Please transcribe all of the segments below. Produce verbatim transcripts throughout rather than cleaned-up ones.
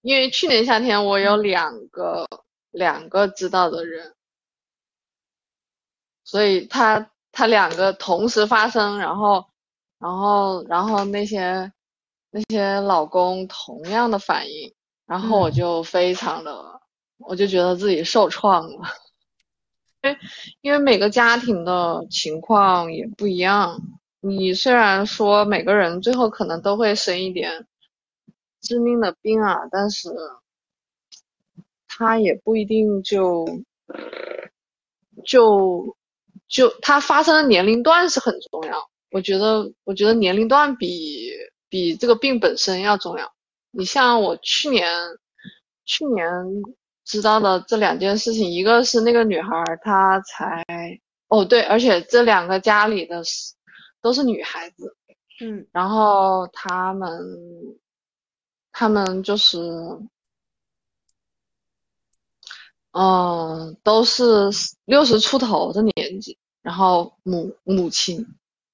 因为去年夏天我有两个两个知道的人，所以他他两个同时发生，然后然后然后那些那些老公同样的反应，然后我嗯就非常的，我就觉得自己受创了。因为每个家庭的情况也不一样。你虽然说每个人最后可能都会生一点致命的病啊，但是他也不一定就就就他发生的年龄段是很重要。我觉得，我觉得年龄段比比这个病本身要重要。你像我去年去年知道的这两件事情，一个是那个女孩儿她才哦对，而且这两个家里的是都是女孩子， 嗯然后她们她们就是嗯、呃都是六十出头的年纪，然后母母亲。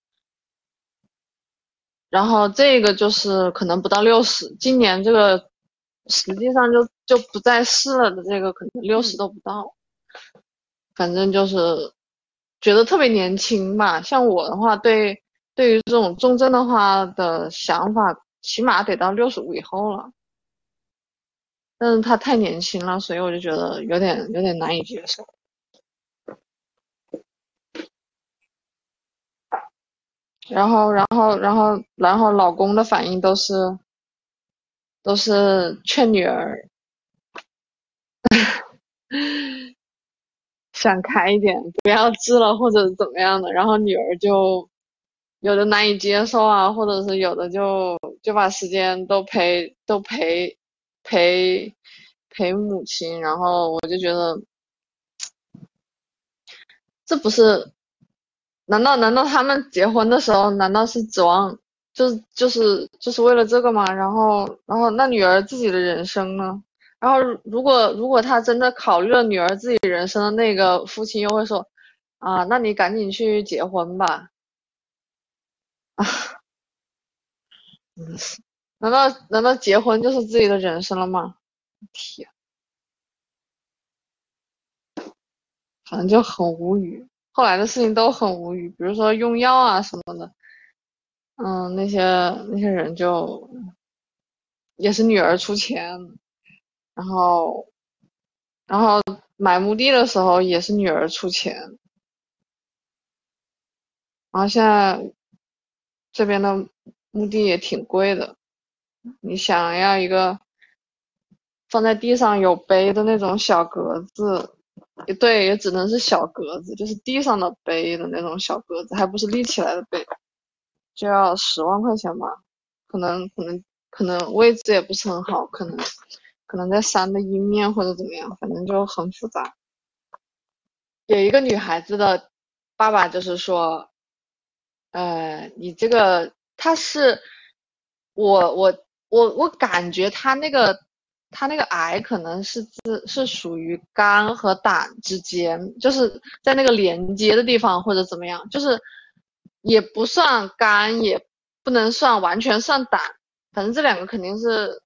然后这个就是可能不到六十，今年这个实际上就就不在世了的这个可能六十嗯都不到，反正就是觉得特别年轻吧。像我的话，对对于这种重症的话的想法，起码得到六十五以后了。但是他太年轻了，所以我就觉得有点有点难以接受。然后然后然后然后老公的反应都是都是劝女儿想开一点，不要治了或者怎么样的，然后女儿就有的难以接受啊，或者是有的就就把时间都陪都陪陪陪母亲，然后我就觉得这不是，难道难道他们结婚的时候难道是指望就是就是就是为了这个吗？然后然后那女儿自己的人生呢？然后如果如果他真的考虑了女儿自己人生的那个父亲又会说啊，那你赶紧去结婚吧。嗯，难道难道结婚就是自己的人生了吗？天，反正就很无语。后来的事情都很无语，比如说用药啊什么的，嗯，那些那些人就也是女儿出钱，然后然后买墓地的时候也是女儿出钱，然后现在这边的墓地也挺贵的，你想要一个放在地上有碑的那种小格子，也对，也只能是小格子，就是地上的碑的那种小格子，还不是立起来的碑，就要十万块钱吧？可能可能可能位置也不是很好，可能可能在山的阴面或者怎么样，反正就很复杂。有一个女孩子的爸爸就是说，呃，你这个他是我我我我感觉他那个他那个癌可能是自是属于肝和胆之间，就是在那个连接的地方或者怎么样，就是也不算肝，也不能算完全算胆，反正这两个肯定是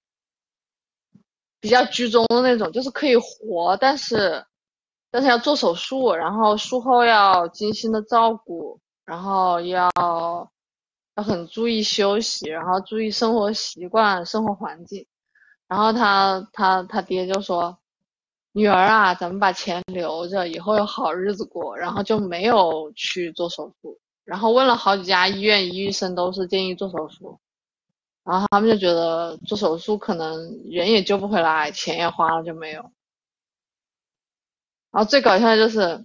比较居中的那种，就是可以活，但是但是要做手术，然后术后要精心的照顾，然后要要很注意休息，然后注意生活习惯、生活环境。然后他他他爹就说：“女儿啊，咱们把钱留着，以后有好日子过。”然后就没有去做手术。然后问了好几家医院，医生都是建议做手术。然后他们就觉得做手术可能人也救不回来，钱也花了就没有。然后最搞笑的就是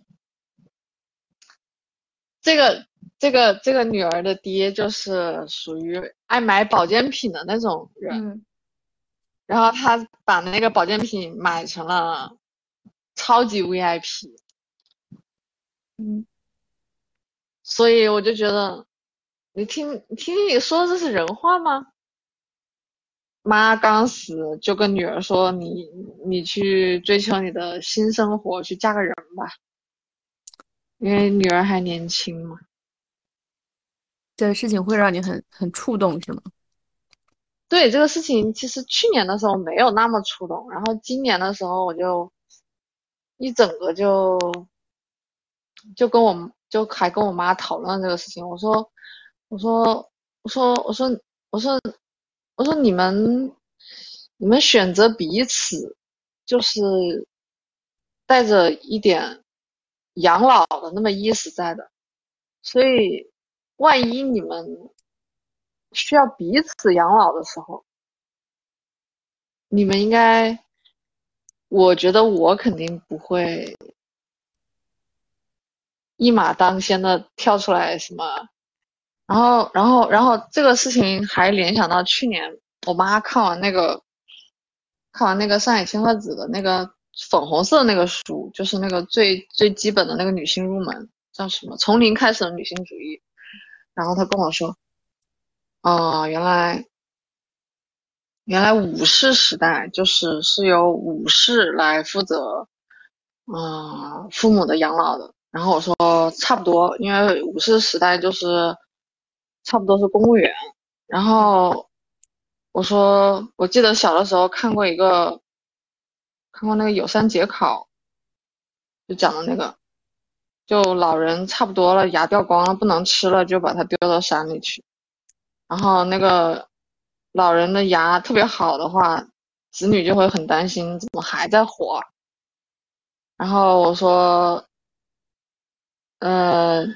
这个这个这个女儿的爹就是属于爱买保健品的那种人， 嗯然后他把那个保健品买成了超级 V I P， 嗯， 所以我就觉得，你听你听你说的这是人话吗？妈刚死就跟女儿说你你去追求你的新生活，去嫁个人吧，因为女儿还年轻嘛。 这个事情会让你很很触动，是吗？ 对这个事情，其实去年的时候没有那么触动，然后今年的时候我就一整个就就跟我就还跟我妈讨论这个事情。我说我说我说我说我说我说你们你们选择彼此，就是带着一点养老的那么意思在的，所以万一你们需要彼此养老的时候，你们应该，我觉得我肯定不会一马当先的跳出来什么。然后，然后，然后这个事情还联想到去年我妈看完那个看完那个上野千鹤子的那个粉红色的那个书，就是那个最最基本的那个女性入门，叫什么《从零开始的女性主义》。然后她跟我说，哦，原来原来武士时代就是是由武士来负责，嗯，父母的养老的。然后我说差不多，因为武士时代就是差不多是公务员。然后我说，我记得小的时候看过一个看过那个有山节考，就讲的那个，就老人差不多了，牙掉光了，不能吃了，就把它丢到山里去。然后那个老人的牙特别好的话，子女就会很担心怎么还在活。然后我说，呃，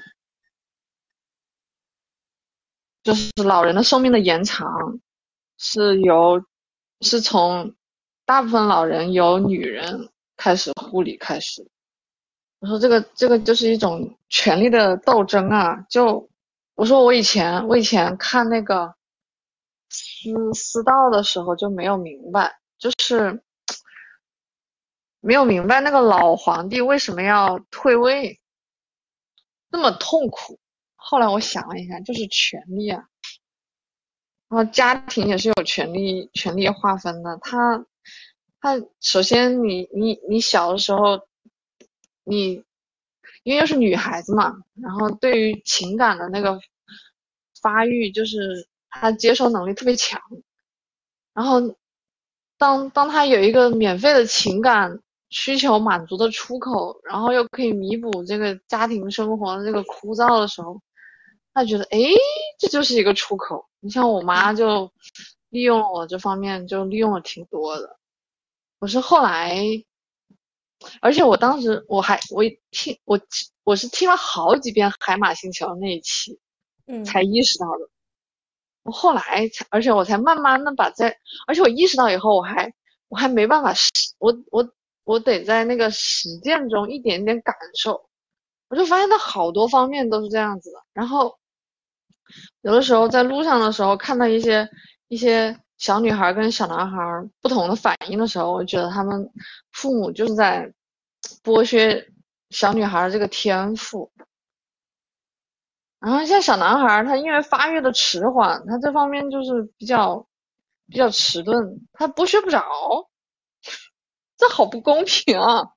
就是老人的寿命的延长是由是从大部分老人由女人开始护理开始。我说这个这个就是一种权力的斗争啊！就我说我以前我以前看那个私私道的时候就没有明白，就是没有明白那个老皇帝为什么要退位，那么痛苦。后来我想了一下，就是权力啊。然后家庭也是有权利权利划分的。他他首先你你你小的时候，你因为又是女孩子嘛，然后对于情感的那个发育，就是她接受能力特别强。然后当当她有一个免费的情感需求满足的出口，然后又可以弥补这个家庭生活的这个枯燥的时候，他觉得，诶，这就是一个出口。你像我妈就利用我这方面，就利用了挺多的。我是后来，而且我当时我还我听我我是听了好几遍《海马星球》那一期嗯才意识到的。我后来才，而且我才慢慢的把在，而且我意识到以后，我还我还没办法实，我我我得在那个实践中一点点感受。我就发现它好多方面都是这样子的。然后有的时候在路上的时候看到一些一些小女孩跟小男孩不同的反应的时候，我觉得他们父母就是在剥削小女孩这个天赋。然后像小男孩他因为发育的迟缓，他这方面就是比较比较迟钝，他剥削不着，这好不公平啊！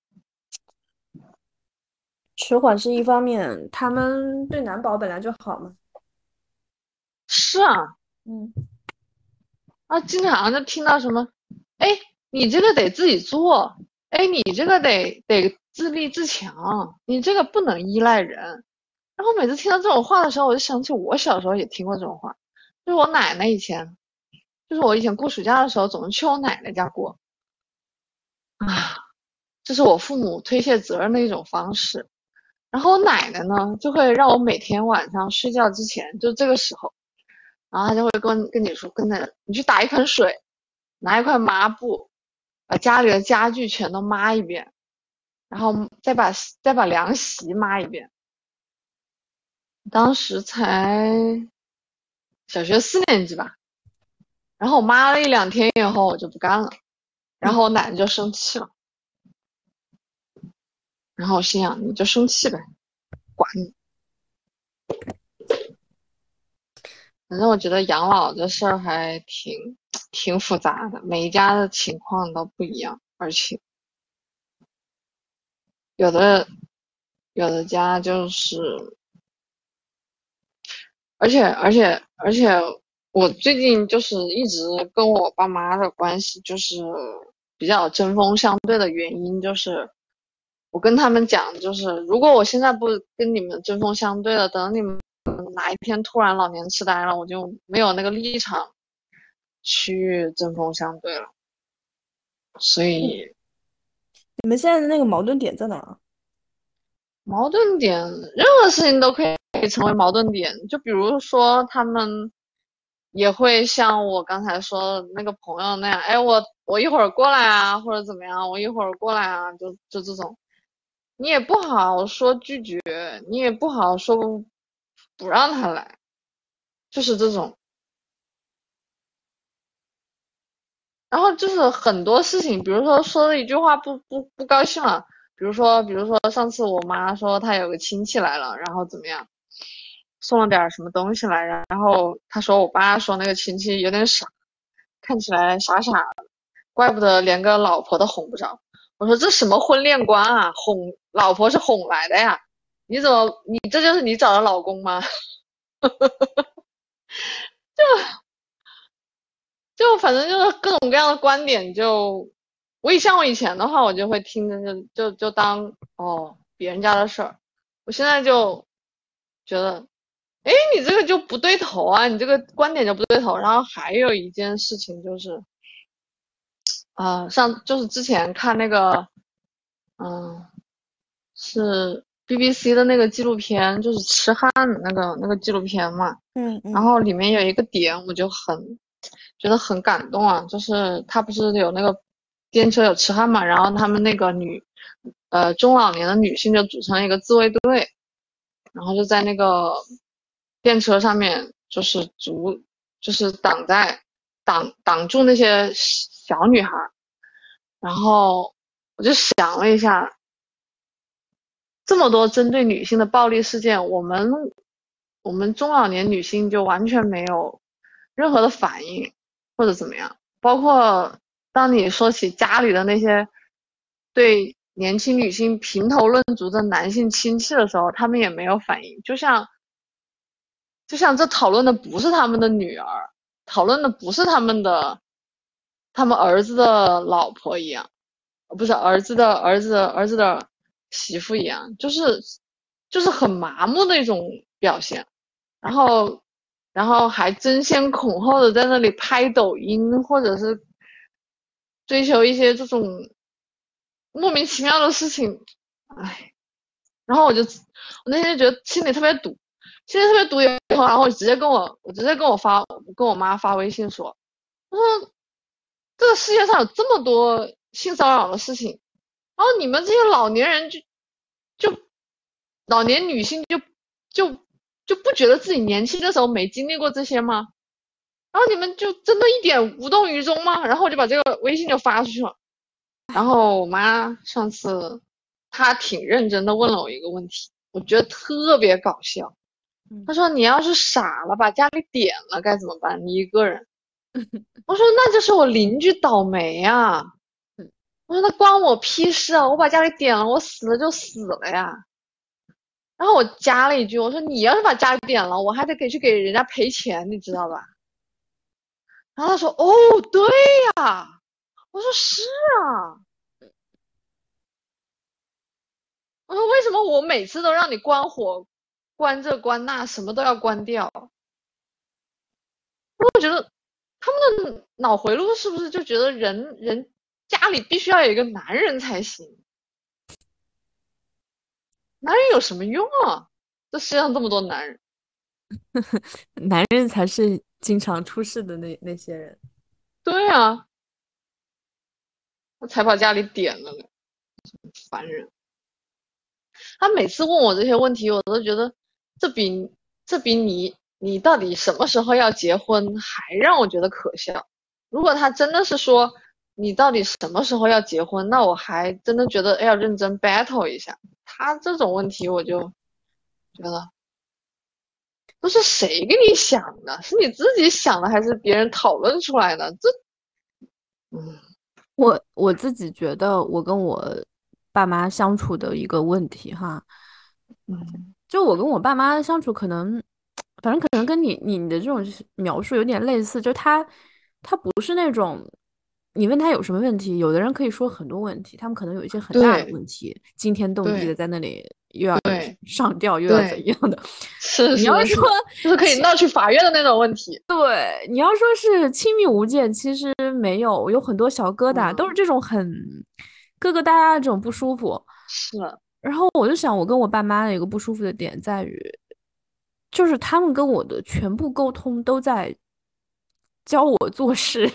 迟缓是一方面，他们对男宝本来就好嘛。 是啊， 嗯啊，经常就听到什么，哎，你这个得自己做，哎，你这个得得自立自强，你这个不能依赖人。然后每次听到这种话的时候，我就想起我小时候也听过这种话，就是我奶奶以前，就是我以前过暑假的时候，总是去我奶奶家过啊，这是我父母推卸责任的一种方式。然后我奶奶呢，就会让我每天晚上睡觉之前，就这个时候，然后她就会跟跟你说，跟着你去打一盆水，拿一块抹布，把家里的家具全都抹一遍，然后再把再把凉席抹一遍。当时才小学四年级吧。然后我抹了一两天以后，我就不干了，然后我奶奶就生气了。然后我心想，你就生气呗，管你。反正我觉得养老这事儿还挺挺复杂的，每一家的情况都不一样，而且有的有的家就是，而且而且而且我最近就是一直跟我爸妈的关系就是比较针锋相对的原因，就是我跟他们讲，就是如果我现在不跟你们针锋相对了，等你们哪一天突然老年痴呆了，我就没有那个立场去针锋相对了。所嗯， 以你们现在的那个矛盾点在哪儿？ 矛盾点，任何事情都可以成为矛盾点。就比如说，他们也会像我刚才说的那个朋友那样，哎，我我一会儿过来啊，或者怎么样，我一会儿过来啊，就就这种，你也不好说拒绝，你也不好说不不让他来，就是这种。然后就是很多事情，比如说说了一句话不不不高兴了，比如说比如说上次我妈说她有个亲戚来了，然后怎么样，送了点什么东西来，然后她说我爸说那个亲戚有点傻，看起来傻傻的，怪不得连个老婆都哄不着。我说这什么婚恋观啊，哄老婆是哄来的呀？你怎么你这就是你找的老公吗？就反正就是各种各样的观点就，我以像我以前的话，我就会听着就就就当哦别人家的事儿，我现在就觉得，哎，你这个就不对头啊，你这个观点就不对头。然后还有一件事情就是，啊、呃像就是之前看那个，嗯、是 B B C 的那个纪录片，就是痴汉那个那个纪录片嘛。 嗯嗯然后里面有一个点，我就很觉得很感动啊，就是他不是有那个电车有痴汉嘛，然后他们那个女呃中老年的女性就组成了一个自卫队，然后就在那个电车上面就是阻就是挡在挡挡住那些小女孩，然后我就想了一下，这么多针对女性的暴力事件，我们我们中老年女性就完全没有任何的反应或者怎么样。包括当你说起家里的那些对年轻女性评头论足的男性亲戚的时候，他们也没有反应。就像就像这讨论的不是他们的女儿，讨论的不是他们的他们儿子的老婆一样。呃不是儿子的儿子的儿子的媳妇一样，就是就是很麻木的一种表现，然后然后还争先恐后的在那里拍抖音，或者是追求一些这种莫名其妙的事情，唉，然后我就我那天就觉得心里特别堵，心里特别堵以后，然后我直接跟我我直接跟我发跟我妈发微信说，我说这个世界上有这么多性骚扰的事情。然后你们这些老年人就就老年女性就就就不觉得自己年轻的时候没经历过这些吗？然后你们就真的一点无动于衷吗？然后我就把这个微信就发出去了。然后我妈上次她挺认真的问了我一个问题，我觉得特别搞笑。 嗯她说你要是傻了把家里点了该怎么办？你一个人。我说那就是我邻居倒霉呀。 嗯， 我说那关我屁事啊！我把家里点了，我死了就死了呀。然后我加了一句，我说你要是把家里点了，我还得给去给人家赔钱，你知道吧？然后他说哦，对呀。我说是啊。我说为什么我每次都让你关火、关这关那，什么都要关掉？我觉得他们的脑回路是不是就觉得人人家里必须要有一个男人才行？男人有什么用啊？这世界上这么多男人。 男人才是经常出事的那那些人。 对啊，我才把家里点了呢，烦人。他每次问我这些问题，我都觉得这比这比你你到底什么时候要结婚还让我觉得可笑。如果他真的是说你到底什么时候要结婚，那我还真的觉得要认真 battle 一下。他这种问题，我就觉得都是谁给你想的？是你自己想的，还是别人讨论出来的？这，嗯我我自己觉得，我跟我爸妈相处的一个问题哈， 嗯就我跟我爸妈相处，可能反正可能跟你你的这种描述有点类似，就是他他不是那种你问他有什么问题，有的人可以说很多问题，他们可能有一些很大的对问题，惊天动地的对在那里又要对上吊又要怎对， 样的。 是是的， 你要说是的，就是可以闹去法院的那种问题。 对，你要说是亲密无间，其实没有，有很多小疙瘩，都是嗯， 这种很疙疙瘩瘩的这种不舒服。 是的， 然后我就想，我跟我爸妈的一个不舒服的点在于，就是他们跟我的全部沟通都在教我做事，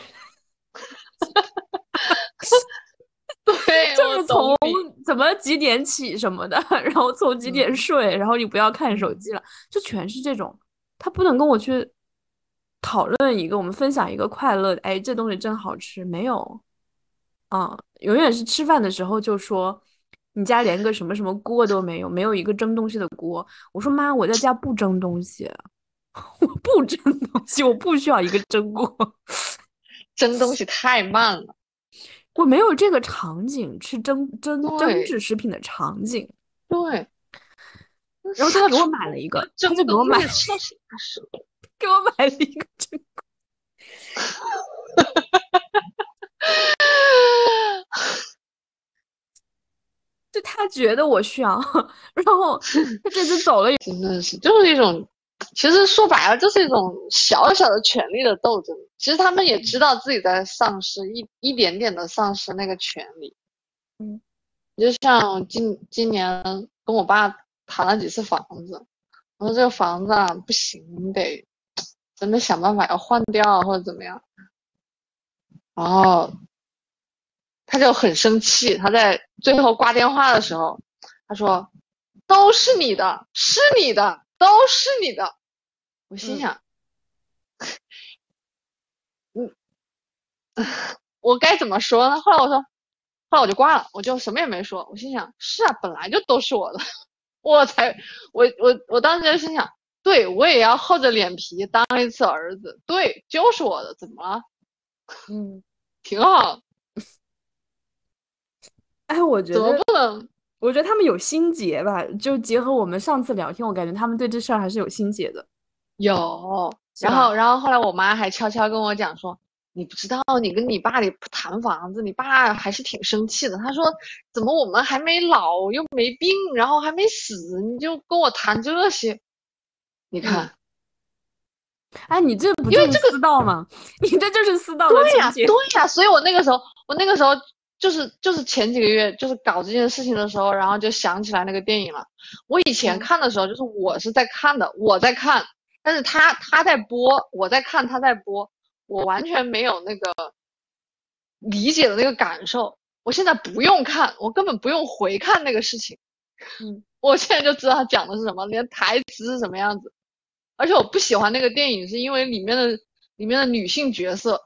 对，我就是从懂你。 怎么几点起什么的，然后从几点嗯睡，然后你不要看手嗯机了，就全是这种。他不能跟我去讨论一个，我们分享一个快乐的，哎，这东西真好吃，没有。啊，永远是吃饭的时候就说你家连个什么什么锅都没有，没有一个蒸东西的锅。我说妈，我在家不蒸东西，我不蒸东西，我不需要一个蒸锅， 蒸东西太慢了。 我没有这个场景吃蒸蒸蒸制对食品的场景。 对， 然后他给我下厨买了一个， 和蒸他就给我买东西吃到啥时候？ 给我买了一个蒸，就他觉得我需要，然后他这次走了。 真的是，就是一种，其实说白了，就是一种小小的权利的斗争。其实他们也知道自己在丧失一一点点的丧失那个权利。 嗯就像今今年跟我爸谈了几次房子，我说这个房子啊不行，你得真的想办法要换掉或者怎么样。然后他就很生气，他在最后挂电话的时候，他说：“都是你的，是你的，都是你的。”我心嗯想，嗯，我该怎么说呢？后来我说，后来我就挂了，我就什么也没说。我心想，是啊，本来就都是我的，我才，我我我当时就心想，对我也要厚着脸皮当一次儿子，对，就是我的，怎么了？ 嗯， 挺好， 哎，我觉怎么得。 不能？ 我觉得他们有心结吧，就结合我们上次聊天，我感觉他们对这事儿还是有心结的， 有，然后， 是吧？ 然后后来我妈还悄悄跟我讲说，你不知道，你跟你爸你谈房子，你爸还是挺生气的。他说，怎么我们还没老又没病，然后还没死，你就跟我谈这些？你嗯， 看， 哎，你这不就是因为这个， 私道吗？你这就是私道对呀， 的情节。 对呀，所以我那个时候，我那个时候就是就是前几个月就是搞这件事情的时候，然后就想起来那个电影了。我以前嗯看的时候，就是我是在看的，我在看，但是他他在播，我在看他在播，我完全没有那个理解的那个感受。我现在不用看，我根本不用回看那个事情， 嗯， 我现在就知道他讲的是什么，连台词是什么样子。而且我不喜欢那个电影，是因为里面的里面的女性角色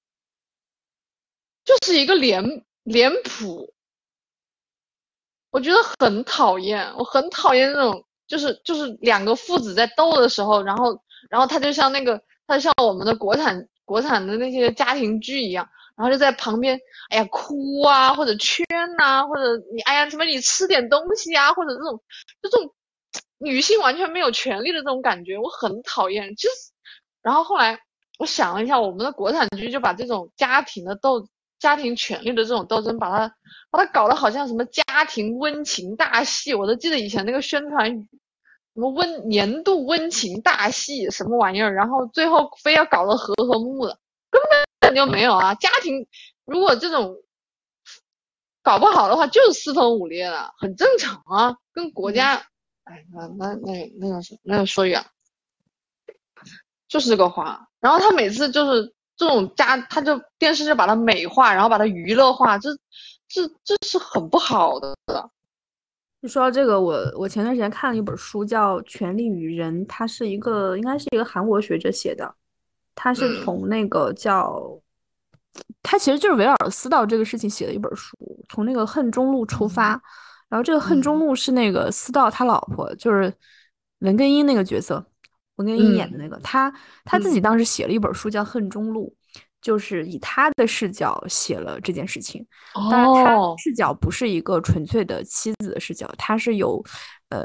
就是一个脸脸谱，我觉得很讨厌，我很讨厌那种，就是就是两个父子在斗的时候，然后然后他就像那个，他就像我们的国产国产的那些家庭剧一样，然后就在旁边，哎呀哭啊，或者劝呐、啊，或者你哎呀什么你吃点东西啊，或者这种这种女性完全没有权利的这种感觉，我很讨厌。就是，然后后来我想了一下，我们的国产剧就把这种家庭的斗。家庭权利的这种斗争，把它把它搞得好像什么家庭温情大戏，我都记得以前那个宣传语，什么温年度温情大戏什么玩意儿，然后最后非要搞得和和睦睦的，根本就没有啊！家庭如果这种搞不好的话，就是四分五裂的，很正常啊，跟国嗯， 家，哎，那那那那个是那个说远了，就是这个话。然后他每次就是这种家，他就电视就把它美化，然后把它娱乐化，这这这是很不好的。 你说到这个，我我前段时间看了一本书，叫《权力与人》，它是一个应该是一个韩国学者写的，他是嗯从那个叫，他其实就是围绕私道这个事情写的一本书，从那个恨中路出发， 嗯然后这个恨中嗯路是那个私道他老婆，就是文根英那个角色，文根英演的嗯那个，他他自己嗯， 当时写了一本书叫《恨中路》，就是以他的视角写了这件事情。当然，他哦， 视角不是一个纯粹的妻子的视角，他是有，呃，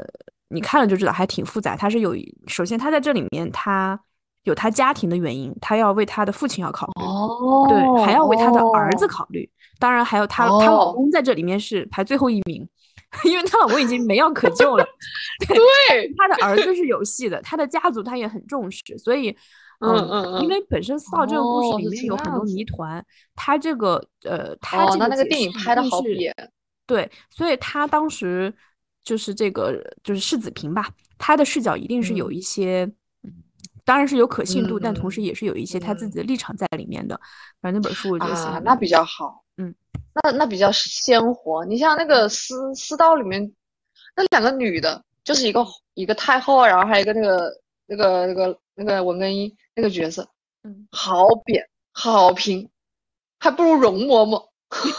你看了就知道还挺复杂。他是有，首先他在这里面他有他家庭的原因，他要为他的父亲要考虑，对，还哦要为他的儿子哦考虑，当然还有她她老哦， 公在这里面是排最后一名，因为她老公已经没药可救了。对，但是对， 她的儿子是有戏的，她的家族她也很重视，所以。 嗯嗯， 嗯嗯， 因为本身《四号》这个故事哦，是这里面有很多样子。 谜团，他这个呃，他哦， 这个那那个解释一电影拍的定是好扁。 对，所以他当时就是这个就是世子平吧，他的视角一定是有嗯一些，嗯，当然是有可信度，但同时嗯也是有一些他自己嗯的立场在里面的。反正那本书我觉得写啊， 的蛮那比不错， 较好。 嗯那那比较鲜活。你像那个私私道里面那两个女的，就是一个一个太后啊，然后还有一个那个那个那个那个文根英那个角色， 嗯， 好扁好平，还不如容嬷嬷。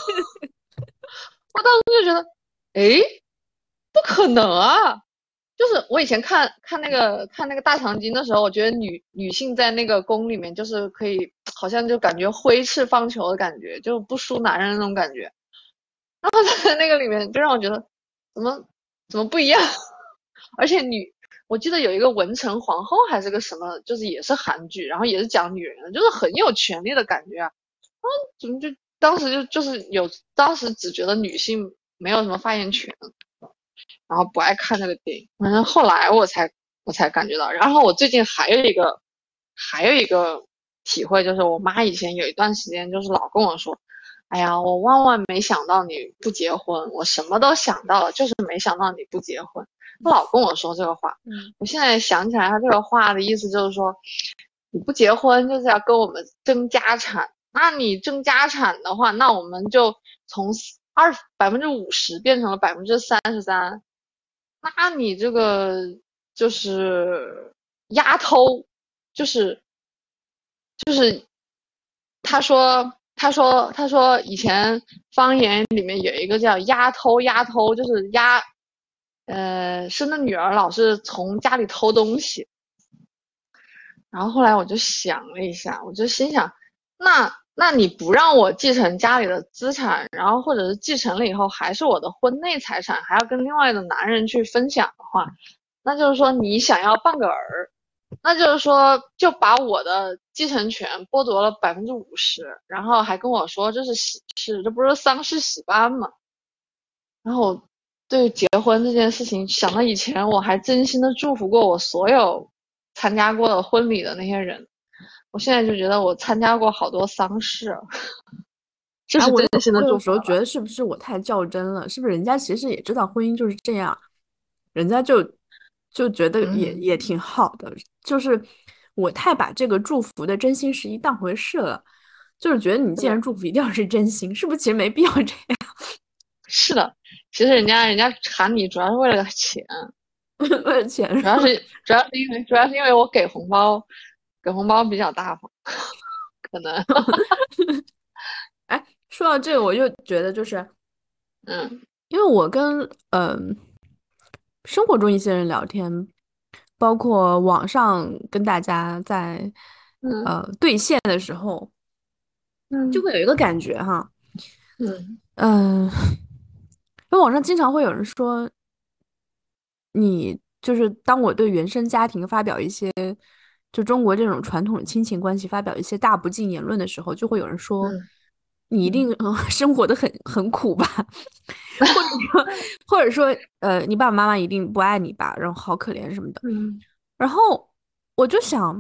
我当时就觉得，诶，不可能啊！就是我以前看看那个看那个大长今的时候，我觉得女女性在那个宫里面就是可以，好像就感觉挥斥方遒的感觉，就不输男人那种感觉。然后在那个里面就让我觉得怎么怎么不一样。而且女，我记得有一个文成皇后还是个什么，就是也是韩剧，然后也是讲女人的，就是很有权利的感觉啊。嗯，怎么就当时就就是有，当时只觉得女性没有什么发言权，然后不爱看那个电影。反正后来我才我才感觉到。然后我最近还有一个还有一个体会，就是我妈以前有一段时间就是老跟我说，哎呀，我万万没想到你不结婚，我什么都想到了，就是没想到你不结婚。她老跟我说这个话。 嗯我现在想起来，她这个话的意思就是说，你不结婚就是要跟我们争家产。那你争家产的话，那我们就从二百分之五十变成了百分之三十三。那你这个就是丫头，就是就是他说他说他说以前方言里面有一个叫丫头，丫头就是丫呃生的女儿老是从家里偷东西。然后后来我就想了一下，我就心想，那那你不让我继承家里的资产，然后或者是继承了以后还是我的婚内财产，还要跟另外的男人去分享的话，那就是说你想要半个儿，那就是说就把我的继承权剥夺了百分之五十，然后还跟我说这是喜事，这不是丧事喜办吗？然后我对结婚这件事情想到以前我还真心的祝福过我所有参加过的婚礼的那些人，我现在就觉得我参加过好多丧事啊。这哎， 是我有真心的我有祝福了吧？ 时候觉得是不是我太较真了？是不是人家其实也知道婚姻就是这样，人家就就觉得也嗯， 也挺好的，就是我太把这个祝福的真心实意当回事了，就是觉得你既然对， 祝福一定要是真心，是不是其实没必要这样？ 是的，其实人家人家喊你主要是为了钱， 为了钱是吗？ 主要是主要是因为主要是因为我给红包给红包比较大方，可能。 哎，说到这个，我就觉得就是。 嗯因为我跟嗯、呃生活中一些人聊天，包括网上跟大家在嗯呃对线的时候，就嗯会有一个感觉哈， 嗯嗯、因为网上经常会有人说，你就是当我对原生家庭发表一些，就中国这种传统亲情关系发表一些大不敬言论的时候，就会有人说， 嗯你一定、 嗯呃生活的很很苦吧，或者说或者说呃你爸爸妈妈一定不爱你吧，然后好可怜什么的。 嗯然后我就想，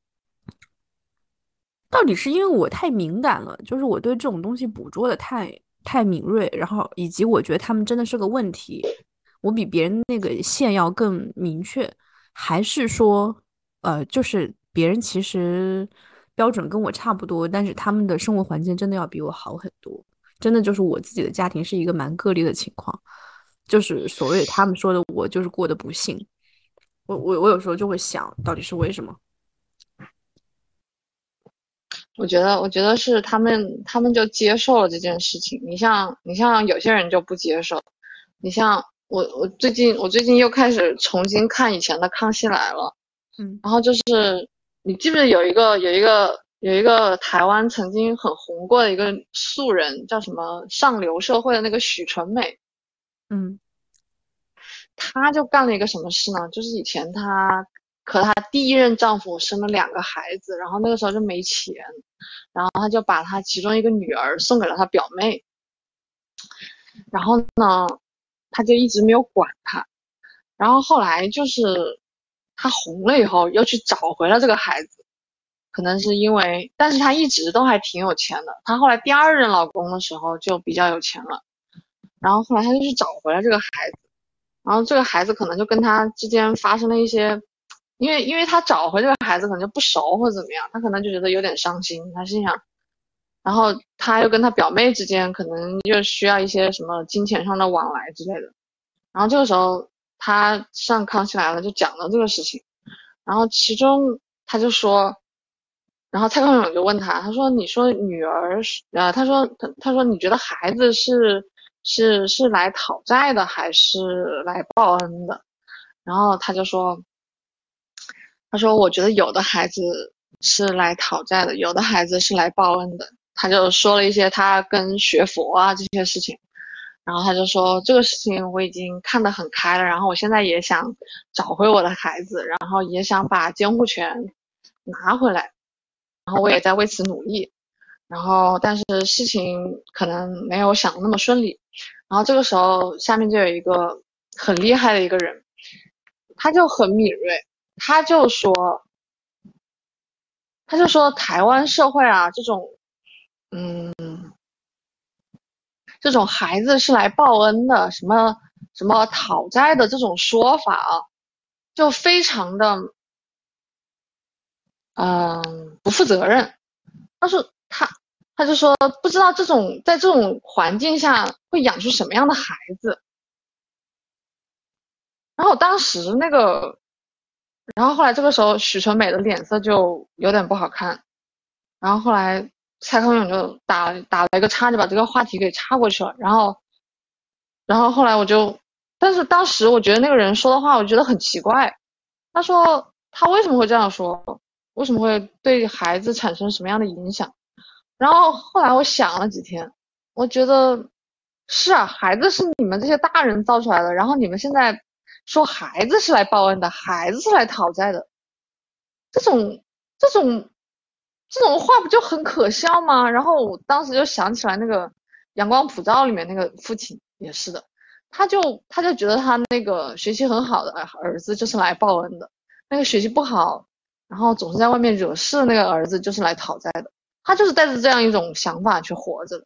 到底是因为我太敏感了，就是我对这种东西捕捉的太太敏锐，然后以及我觉得他们真的是个问题，我比别人那个线要更明确，还是说，呃，就是别人其实标准跟我差不多，但是他们的生活环境真的要比我好很多，真的就是我自己的家庭是一个蛮个例的情况，就是所谓他们说的我就是过得不幸，我我我有时候就会想到底是为什么。 我觉得，我觉得是他们，他们就接受了这件事情。你像，你像有些人就不接受。你像我，我最近，我最近又开始重新看以前的《康熙来了》， 嗯然后就是，你记不记得有一个，有一个，有一个台湾曾经很红过的一个素人，叫什么上流社会的那个许纯美。 嗯她就干了一个什么事呢？就是以前她和她第一任丈夫生了两个孩子，然后那个时候就没钱，然后她就把她其中一个女儿送给了她表妹，然后呢，她就一直没有管她，然后后来就是她红了以后又去找回了这个孩子，可能是因为，但是她一直都还挺有钱的，她后来第二任老公的时候就比较有钱了，然后后来她就去找回了这个孩子。然后这个孩子可能就跟他之间发生了一些，因为因为他找回这个孩子可能就不熟或者怎么样，他可能就觉得有点伤心，他心想，然后他又跟他表妹之间可能又需要一些什么金钱上的往来之类的，然后这个时候他上康熙来了就讲了这个事情，然后其中他就说，然后蔡康永就问他，他说你说女儿是呃他说他他说你觉得孩子是是是来讨债的还是来报恩的？然后他就说，他说我觉得有的孩子是来讨债的，有的孩子是来报恩的。他就说了一些他跟学佛啊这些事情，然后他就说这个事情我已经看得很开了，然后我现在也想找回我的孩子，然后也想把监护权拿回来，然后我也在为此努力。然后但是事情可能没有想的那么顺利，然后这个时候下面就有一个很厉害的一个人，他就很敏锐，他就说他就说台湾社会啊这种嗯这种孩子是来报恩的什么什么讨债的这种说法啊，就非常的嗯不负责任。他说他他就说不知道这种在这种环境下会养出什么样的孩子。然后当时那个，然后后来这个时候许纯美的脸色就有点不好看，然后后来蔡康永就打打了一个叉，就把这个话题给插过去了。然后，然后后来我就，但是当时我觉得那个人说的话，我觉得很奇怪。他说他为什么会这样说？为什么会对孩子产生什么样的影响？然后后来我想了几天，我觉得是啊，孩子是你们这些大人造出来的，然后你们现在说孩子是来报恩的，孩子是来讨债的，这种这种这种话不就很可笑吗？然后我当时就想起来那个《阳光普照》里面那个父亲也是的，他就他就觉得他那个学习很好的儿子就是来报恩的，那个学习不好，然后总是在外面惹事的那个儿子就是来讨债的，他就是带着这样一种想法去活着的。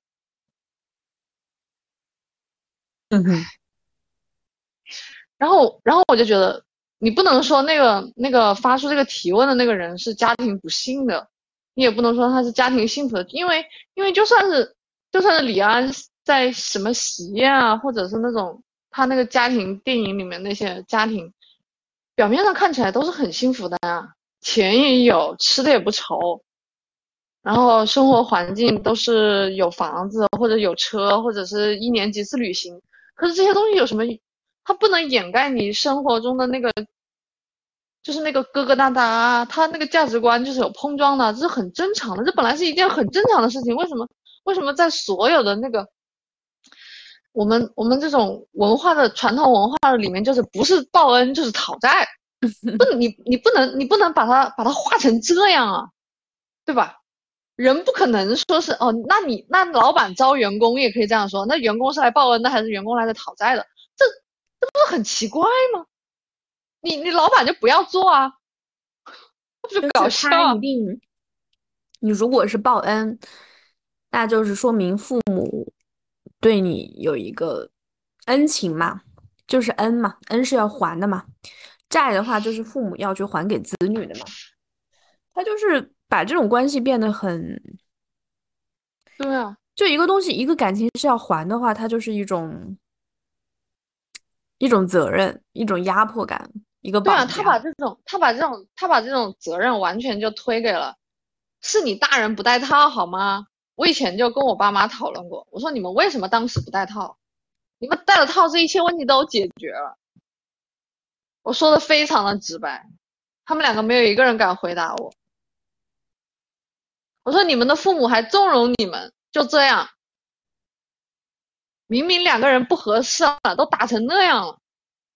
嗯哼， 然后然后我就觉得，你不能说那个那个发出这个提问的那个人是家庭不幸的，你也不能说他是家庭幸福的，因为因为就算是就算是李安在什么喜宴啊，或者是那种他那个家庭电影里面那些家庭，表面上看起来都是很幸福的呀，钱也有，吃的也不愁，然后生活环境都是有房子或者有车，或者是一年几次旅行。可是这些东西有什么？它不能掩盖你生活中的那个，就是那个疙疙瘩瘩啊，它那个价值观就是有碰撞的，这是很正常的，这本来是一件很正常的事情。为什么？为什么在所有的那个我们我们这种文化的传统文化里面，就是不是报恩就是讨债，不，你你不能你不能把它把它画成这样啊，对吧？人不可能说是哦，那你那老板招员工也可以这样说，那员工是来报恩的还是员工来这讨债的？这这不是很奇怪吗？你你老板就不要做啊，这不就搞就是他笑啊？ 一定，你如果是报恩，那就是说明父母对你有一个恩情嘛，就是恩嘛，恩是要还的嘛，债的话就是父母要去还给子女的嘛，他就是把这种关系变得很， 对啊， 就一个东西，一个感情是要还的话，它就是一种一种责任，一种压迫感，一个对啊， 绑架。 他把这种他把这种他把这种责任完全就推给了，是你大人不带套好吗？我以前就跟我爸妈讨论过，我说你们为什么当时不带套？你们带了套，这一切问题都解决了。我说的非常的直白，他们两个没有一个人敢回答我。我说你们的父母还纵容你们，就这样，明明两个人不合适了，都打成那样了，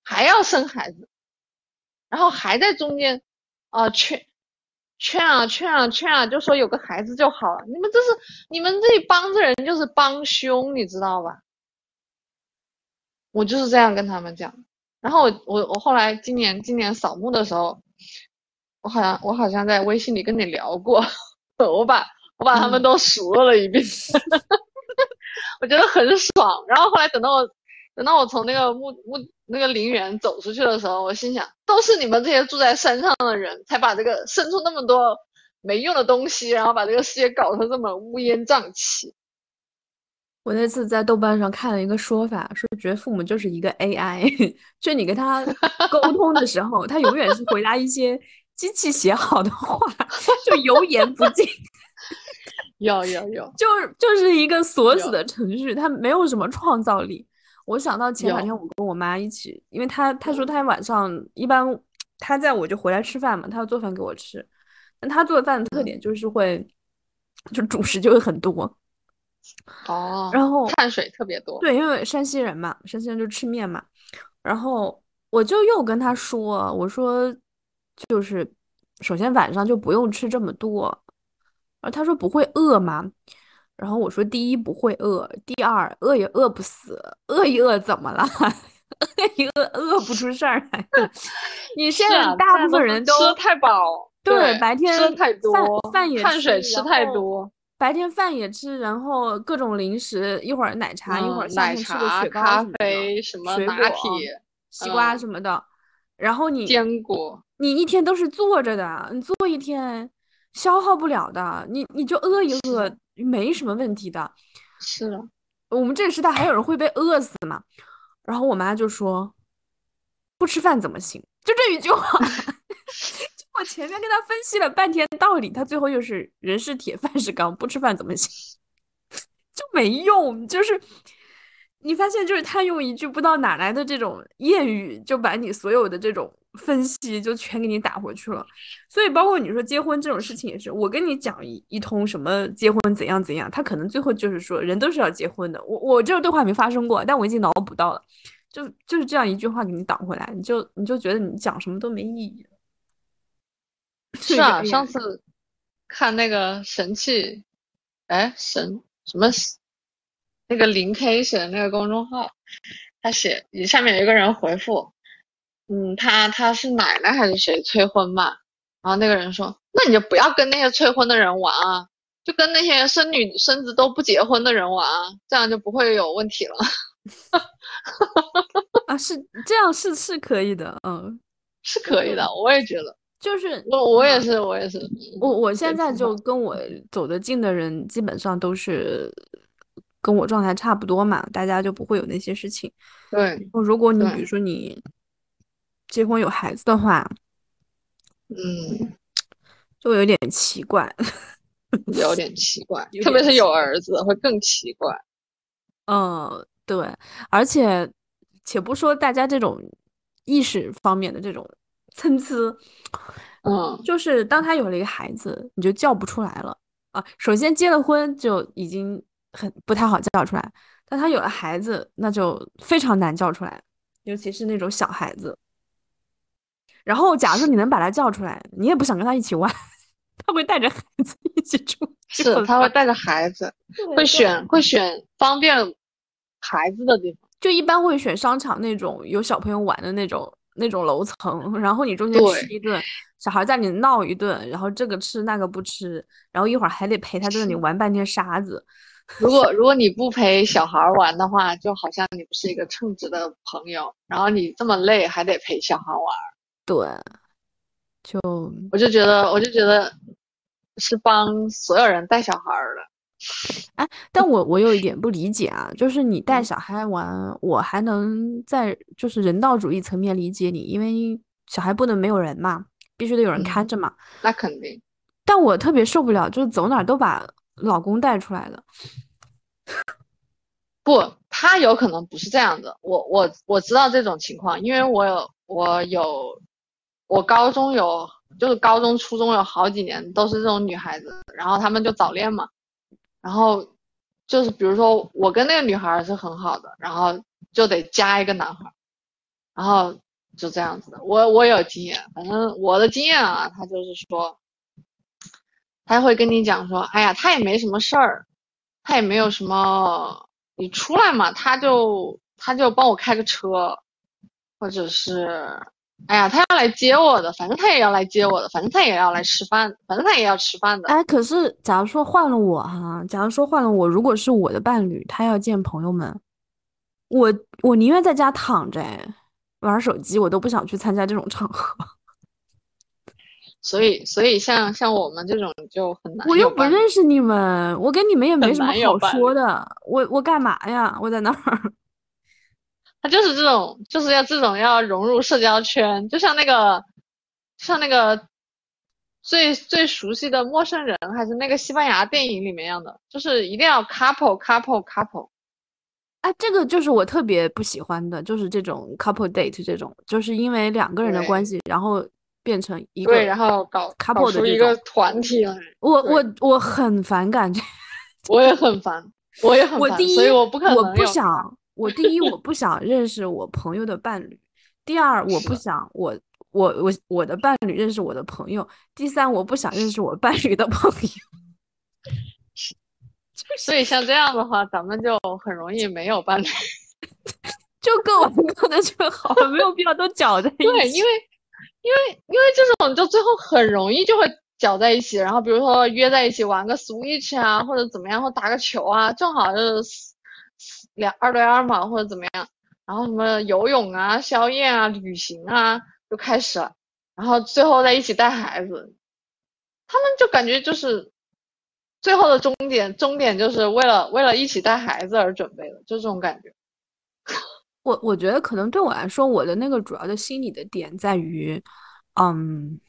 还要生孩子，然后还在中间啊、呃、劝劝啊劝啊劝啊，就说有个孩子就好了。你们这是你们这一帮子人就是帮凶，你知道吧？我就是这样跟他们讲。然后我我我后来今年今年扫墓的时候，我好像我好像在微信里跟你聊过，我把我把他们都数落了一遍，我觉得很爽。然后后来等到我等到我从那个墓墓那个陵园走出去的时候，我心想，都是你们这些住在山上的人，才把这个生出那么多没用的东西，然后把这个世界搞成这么乌烟瘴气。 我那次在豆瓣上看了一个说法，说觉得父母就是一个 A I，就你跟他沟通的时候，他永远是回答一些机器写好的话，就油盐不进。 有有有， 就是就是一个锁死的程序，它没有什么创造力。我想到前两天有我跟我妈一起，因为她她说她晚上一般她在我就回来吃饭嘛，她要做饭给我吃。但她做饭的特点就是会，就主食就会很多。 哦， 然后碳水特别多。 对，因为山西人嘛，山西人就吃面嘛。然后我就又跟她说，我说就是首先晚上就不用吃这么多。然后她说不会饿吗？然后我说第一不会饿，第二饿也饿不死，饿一饿怎么了？饿一饿饿不出事儿来的。你现在是啊， 大部分大家都人都吃的太饱， 对， 对， 白天吃的太饭多， 饭也吃， 碳水吃然后太多。 白天饭也吃，然后各种零食，一会儿奶茶，一会儿嗯，奶夏天吃个茶、 雪糕咖什么的， 啡、什么水果、 拿铁， 西瓜什嗯， 么的。然后你坚果。 你一天都是坐着的，你坐一天消耗不了的，你你就饿一饿是的， 没什么问题的。 是的， 我们这个时代还有人会被饿死嘛？然后我妈就说不吃饭怎么行？就这一句话。就我前面跟她分析了半天道理，她最后又是人是铁，饭是钢，不吃饭怎么行？就没用。就是你发现，就是他用一句不知道哪来的这种谚语，就把你所有的这种分析就全给你打回去了。所以，包括你说结婚这种事情也是，我跟你讲一一通什么结婚怎样怎样，他可能最后就是说人都是要结婚的。我我这个对话没发生过，但我已经脑补到了，就就是这样一句话给你挡回来，你就你就觉得你讲什么都没意义了。就一个是啊。上 A I。 次看那个神器，哎，神什么那个零 K 写的那个公众号，他写下面有一个人回复，嗯，他他是奶奶还是谁催婚嘛？然后那个人说，那你就不要跟那些催婚的人玩啊，就跟那些生女生子都不结婚的人玩啊，这样就不会有问题了。 啊，是这样，是是可以的。嗯， 是就是可以的，我也觉得， 就是我我也是，我也是， 我我也现在挺好。 就跟我走得近的人，基本上都是跟我状态差不多嘛，大家就不会有那些事情。 对如果你比如对， 说你结婚有孩子的话， 嗯， 就有点奇怪。 有点奇怪， 有特别是有点奇怪。 儿子会更奇怪。 嗯，对，而且且不说大家这种意识方面的这种参差， 嗯， 就是当他有了一个孩子，你就叫不出来了啊。首先结了婚就已经很不太好叫出来，但他有了孩子，那就非常难叫出来，尤其是那种小孩子。然后，假如说你能把他叫出来，你也不想跟他一起玩，他会带着孩子一起出去， 是很烦。 他会带着孩子，会对对， 选会选方便孩子的地方。 就一般会选商场那种有小朋友玩的那种那种楼层，然后你中间吃对， 一顿，小孩在里闹一顿，然后这个吃那个不吃，然后一会儿还得陪他在那里是。 玩半天沙子。 如果如果你不陪小孩儿玩的话，就好像你不是一个称职的朋友，然后你这么累还得陪小孩玩。 对，就我就觉得，我就觉得是帮所有人带小孩儿的。 哎，但我我有一点不理解啊，就是你带嗯小孩玩，我还能在就是人道主义层面理解你，因为小孩不能没有人嘛，必须得有人嗯， 看着嘛。 那肯定。 但我特别受不了，就是走哪儿都把老公带出来了。 不，他有可能不是这样的。我我我知道这种情况，因为我有我有我高中有就是高中初中有好几年都是这种女孩子，然后他们就早恋嘛，然后就是比如说我跟那个女孩儿是很好的，然后就得加一个男孩儿， 然后就这样子的。我我有经验，反正我的经验啊，他就是说，他会跟你讲说，哎呀，他也没什么事儿，他也没有什么，你出来嘛，他就他就帮我开个车，或者是，哎呀，他要来接我的，反正他也要来接我的，反正他也要来吃饭，反正他也要吃饭的。 哎，可是假如说换了我哈，假如说换了我，如果是我的伴侣，他要见朋友们，我我宁愿在家躺着，哎，玩手机，我都不想去参加这种场合。 所以，所以像像我们这种就很难我又不有伴侣， 认识你们，我跟你们也没很难有什么好伴侣。 说的，我我干嘛呀？我在那儿。 他就是这种，就是要这种要融入社交圈，就像那个，像那个最最熟悉的陌生人，还是那个西班牙电影里面一样的，就是一定要 couple couple couple。 哎，这个就是我特别不喜欢的，就是这种 couple date 这种，就是因为两个人的关对系，然后变成一对， 个然后搞搞 couple 的出一个这种， 团体来。 我我对， 我很反感这。 我也很烦，我也很烦， 我第一， 所以我不可我不能有。 想，我第一我不想认识我朋友的伴侣，第二我不是的， 想我我我我的伴侣认识我的朋友，第三我不想认识我伴侣的朋友。 所以像这样的话，咱们就很容易没有伴侣。 就各玩各的就好了，没有必要都搅在一对，因起。 为因为因为这种就最后很容易就会搅在一起，然后比如说约在一起玩个 Switch 啊，或者怎么样，或打个球啊，正好就是两二对二嘛，或者怎么样，然后什么游泳啊、宵夜啊、旅行啊就开始了，然后最后在一起带孩子，他们就感觉就是最后的终点，终点就是为了为了一起带孩子而准备的，就这种感觉。 我我觉得可能对我来说，我的那个主要的心理的点在于，嗯，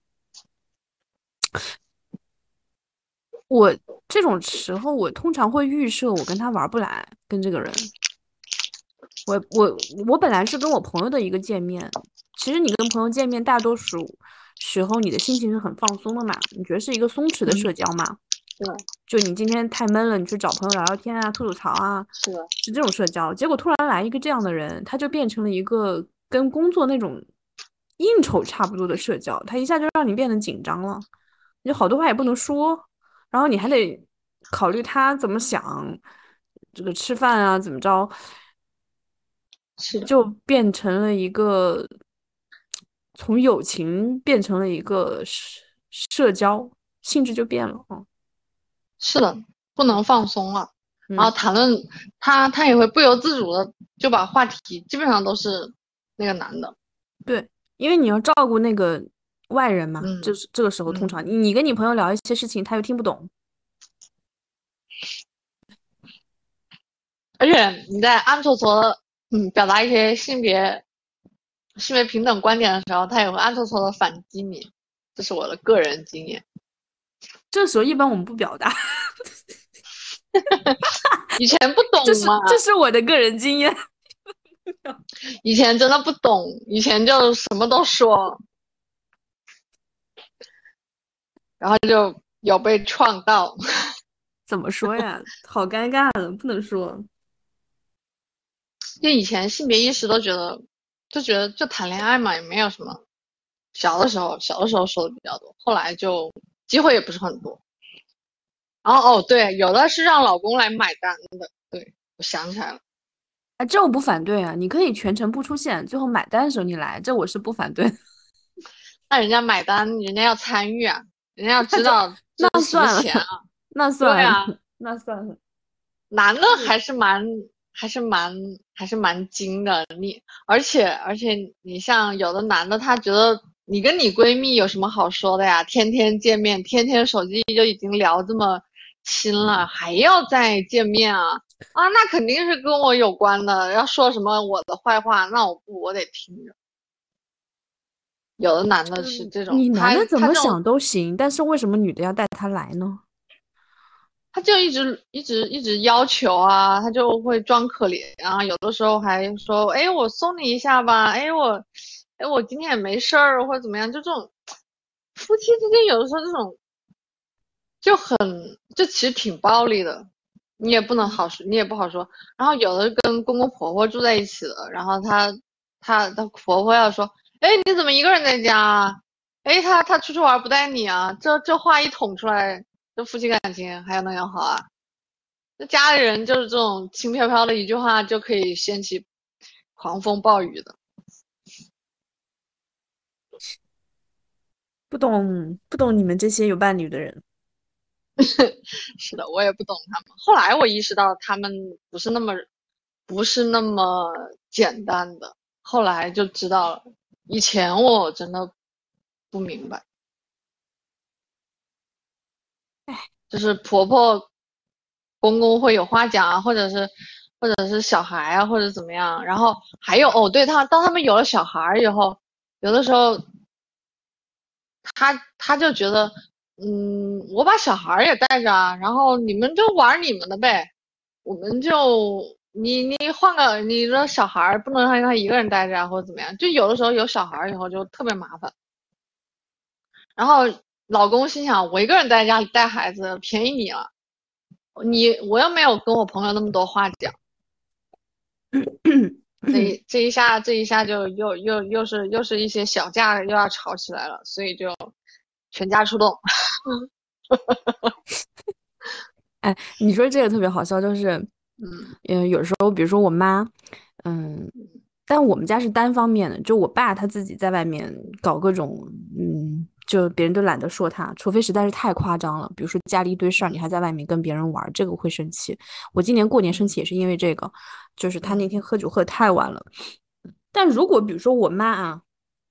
我这种时候我通常会预设我跟他玩不来，跟这个人。我我我本来是跟我朋友的一个见面，其实你跟朋友见面，大多数时候你的心情是很放松的嘛，你觉得是一个松弛的嗯， 社交嘛？ 是的， 就你今天太闷了，你去找朋友聊聊天啊，吐吐槽啊， 是的， 是这种社交。结果突然来一个这样的人，他就变成了一个跟工作那种应酬差不多的社交，他一下就让你变得紧张了，你就好多话也不能说，然后你还得考虑他怎么想，这个吃饭啊怎么着， 是的， 就变成了一个从友情变成了一个社社交性质就变了啊。 是的，不能放松了。然后嗯， 谈论他，他也会不由自主的就把话题基本上都是那个男的。 对，因为你要照顾那个外人嘛，这嗯是这个时候通嗯， 常你你跟你朋友聊一些事情，他又听不懂。 而且你在暗搓搓的嗯表达一些性别性别平等观点的时候，他也会暗搓搓的反击你。这是我的个人经验。 这时候一般我们不表达。 以前不这是懂嘛， 这是我的个人经验。 以前真的不懂，以前就什么都说，然后就有被创到。 怎么说呀？好尴尬的，不能说。 就以前性别意识都觉得，就觉得就谈恋爱嘛，也没有什么。小的时候，小的时候说的比较多，后来就机会也不是很多。然后哦，对，有的是让老公来买单的。对，我想起来了， 啊，这我不反对啊，你可以全程不出现，最后买单的时候你来，这我是不反对。 那人家买单，人家要参与啊，人家要那就知道这那是什么算了， 钱啊。 那算了， 对啊， 那算了。 男的还是蛮还是蛮还是蛮精的，你而且而且你像有的男的，他觉得你跟你闺蜜有什么好说的呀？天天见面，天天手机就已经聊这么亲了，还要再见面啊？啊，那肯定是跟我有关的，要说什么我的坏话，那我不我得听着。有的男的是这种， 你男他的怎么想他这种都行，但是为什么女的要带他来呢？ 他就一直一直一直要求啊，他就会装可怜啊，有的时候还说，哎，我送你一下吧，哎，我，哎，我今天也没事儿，或者怎么样，就这种夫妻之间有的时候这种就很，就其实挺暴力的，你也不能好说，你也不好说。然后有的跟公公婆婆住在一起的，然后他她她婆婆要说，哎，你怎么一个人在家啊？哎，她她出去玩不带你啊？这这话一捅出来，这夫妻感情还能有好啊？那家里人就是这种轻飘飘的一句话就可以掀起狂风暴雨的。 不懂不懂你们这些有伴侣的人。 是的，我也不懂他们。后来我意识到他们不是那么不是那么简单的，后来就知道了。以前我真的不明白，就是婆婆公公会有话讲啊，或者是或者是小孩啊，或者怎么样。然后还有哦，对他，当他们有了小孩以后，有的时候他他就觉得，嗯，我把小孩也带着啊，然后你们就玩你们的呗，我们就你你换个你的小孩不能让他一个人带着啊，或者怎么样。就有的时候有小孩以后就特别麻烦。然后老公心想，我一个人在家里带孩子，便宜你了，你我又没有跟我朋友那么多话讲。这一这一下这一下就又又又是又是一些小架又要吵起来了，所以就全家出动。 哎，你说这个特别好笑，就是， 嗯嗯，有时候比如说我妈，嗯，但我们家是单方面的，就我爸他自己在外面搞各种，嗯，就别人都懒得说他，除非实在是太夸张了，比如说家里一堆事儿，你还在外面跟别人玩，这个会生气。我今年过年生气也是因为这个，就是他那天喝酒喝得太晚了。但如果比如说我妈啊，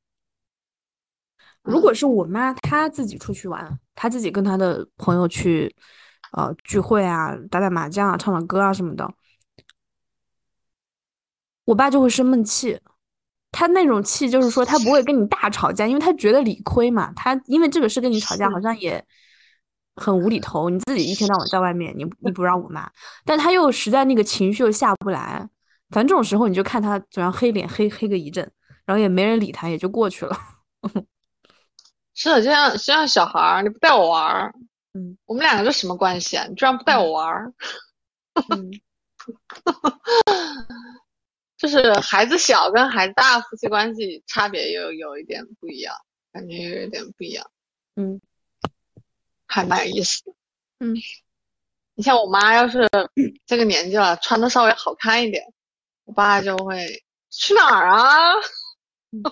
如果是我妈她自己出去玩，她自己跟她的朋友去，呃，聚会啊，打打麻将啊，唱唱歌啊什么的，我爸就会生闷气。他那种气就是说他不会跟你大吵架，因为他觉得理亏嘛。他因为这个事跟你吵架，好是像也很无厘头。你自己一天到晚在外面，你你不让我骂，但他又实在那个情绪又下不来。反正这种时候你就看他怎样黑脸黑黑个一阵，然后也没人理他，也就过去了。 是的，就像就像小孩儿，你不带我玩儿， 嗯我们两个这什么关系啊？你居然不带嗯我玩儿， 嗯。 就是孩子小跟孩子大夫妻关系差别又有一点不一样，感觉有一点不一样， 嗯还蛮有意思的。 嗯你像我妈要是这个年纪了，穿的稍微好看一点，我爸就会去哪儿啊？ 嗯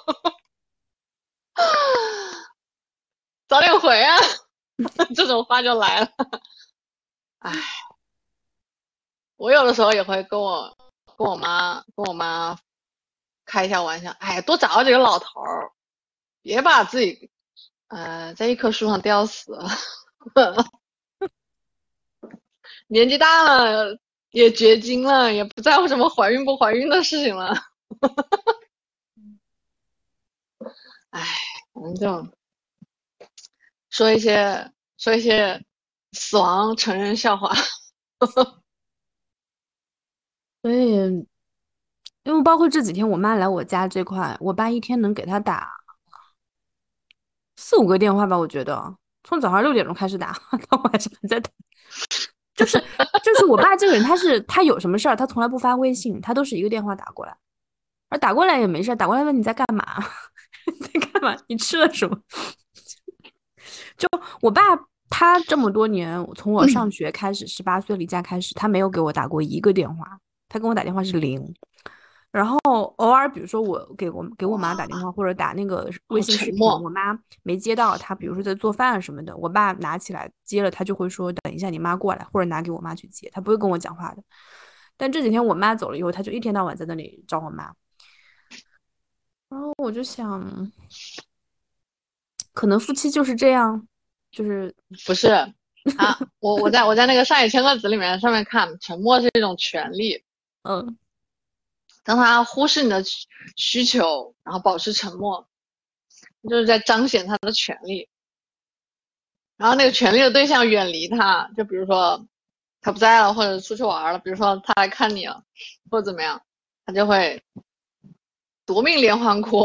早点回啊！这种话就来了。唉，我有的时候也会跟我跟我妈跟我妈开一下玩笑，哎，多找几个老头儿，别把自己呃在一棵树上吊死了。年纪大了也绝经了，也不在乎什么怀孕不怀孕的事情了。唉，反正就说一些说一些死亡成人笑话。 所以，因为包括这几天我妈来我家这块，我爸一天能给她打四五个电话吧，我觉得从早上六点钟开始打，到晚上还在打。就是就是我爸这个人，他是他有什么事儿，他从来不发微信，他都是一个电话打过来，而打过来也没事儿，打过来问你在干嘛，你在干嘛，你吃了什么？就我爸他这么多年，从我上学开始，十八岁离家开始，他没有给我打过一个电话，他跟我打电话是零。然后偶尔，比如说我给我给我妈打电话，或者打那个微好信视频， 沉默。 我妈没接到，她比如说在做饭什么的，我爸拿起来接了，他就会说等一下你妈过来，或者拿给我妈去接，他不会跟我讲话的。但这几天我妈走了以后，他就一天到晚在那里找我妈，然后我就想，可能夫妻就是这样，就是不是啊，我我在我在那个上野千鹤子里面上面看，沉默是一种权利。 嗯当他忽视你的需需求，然后保持沉默，就是在彰显他的权利。然后那个权利的对象远离他，就比如说他不在了，或者出去玩了，比如说他来看你了，或者怎么样，他就会夺命连环哭。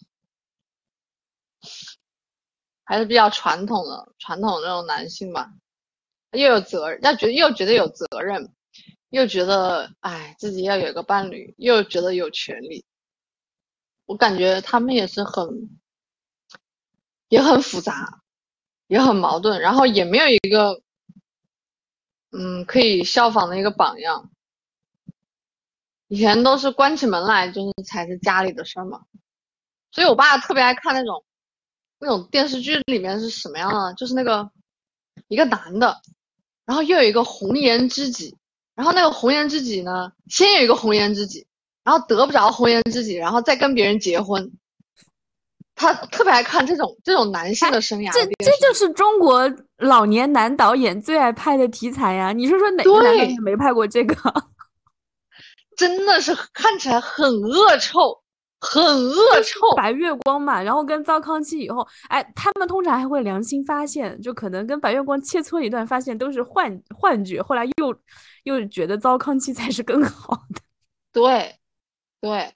还是比较传统的传统的那种男性吧，又有责任，他觉得又觉得有责任，又觉得哎自己要有一个伴侣，又觉得有权利。 我感觉他们也是很也很复杂，也很矛盾，然后也没有一个嗯可以效仿的一个榜样。以前都是关起门来就是才是家里的事儿嘛，所以我爸特别爱看那种那种电视剧，里面是什么样的？就是那个一个男的，然后又有一个红颜知己，然后那个红颜知己呢，先有一个红颜知己，然后得不着红颜知己，然后再跟别人结婚。他特别爱看这种这种男性的生涯这的电视剧。 这就是中国老年男导演最爱拍的题材呀！你说说哪个男导演对， 没拍过这个？ 真的是看起来很恶臭，很恶臭。 白月光嘛，然后跟糟糠妻以后，哎，他们通常还会良心发现，就可能跟白月光切磋一段，发现都是幻幻觉，后来又又觉得糟糠妻才是更好的。 对对，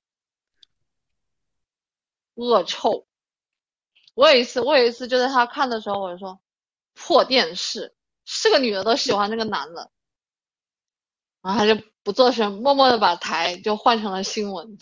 恶臭。我有一次，我有一次就在他看的时候，我就说破电视，是个女的都喜欢那个男的，然后他就不做声，默默的把台就换成了新闻。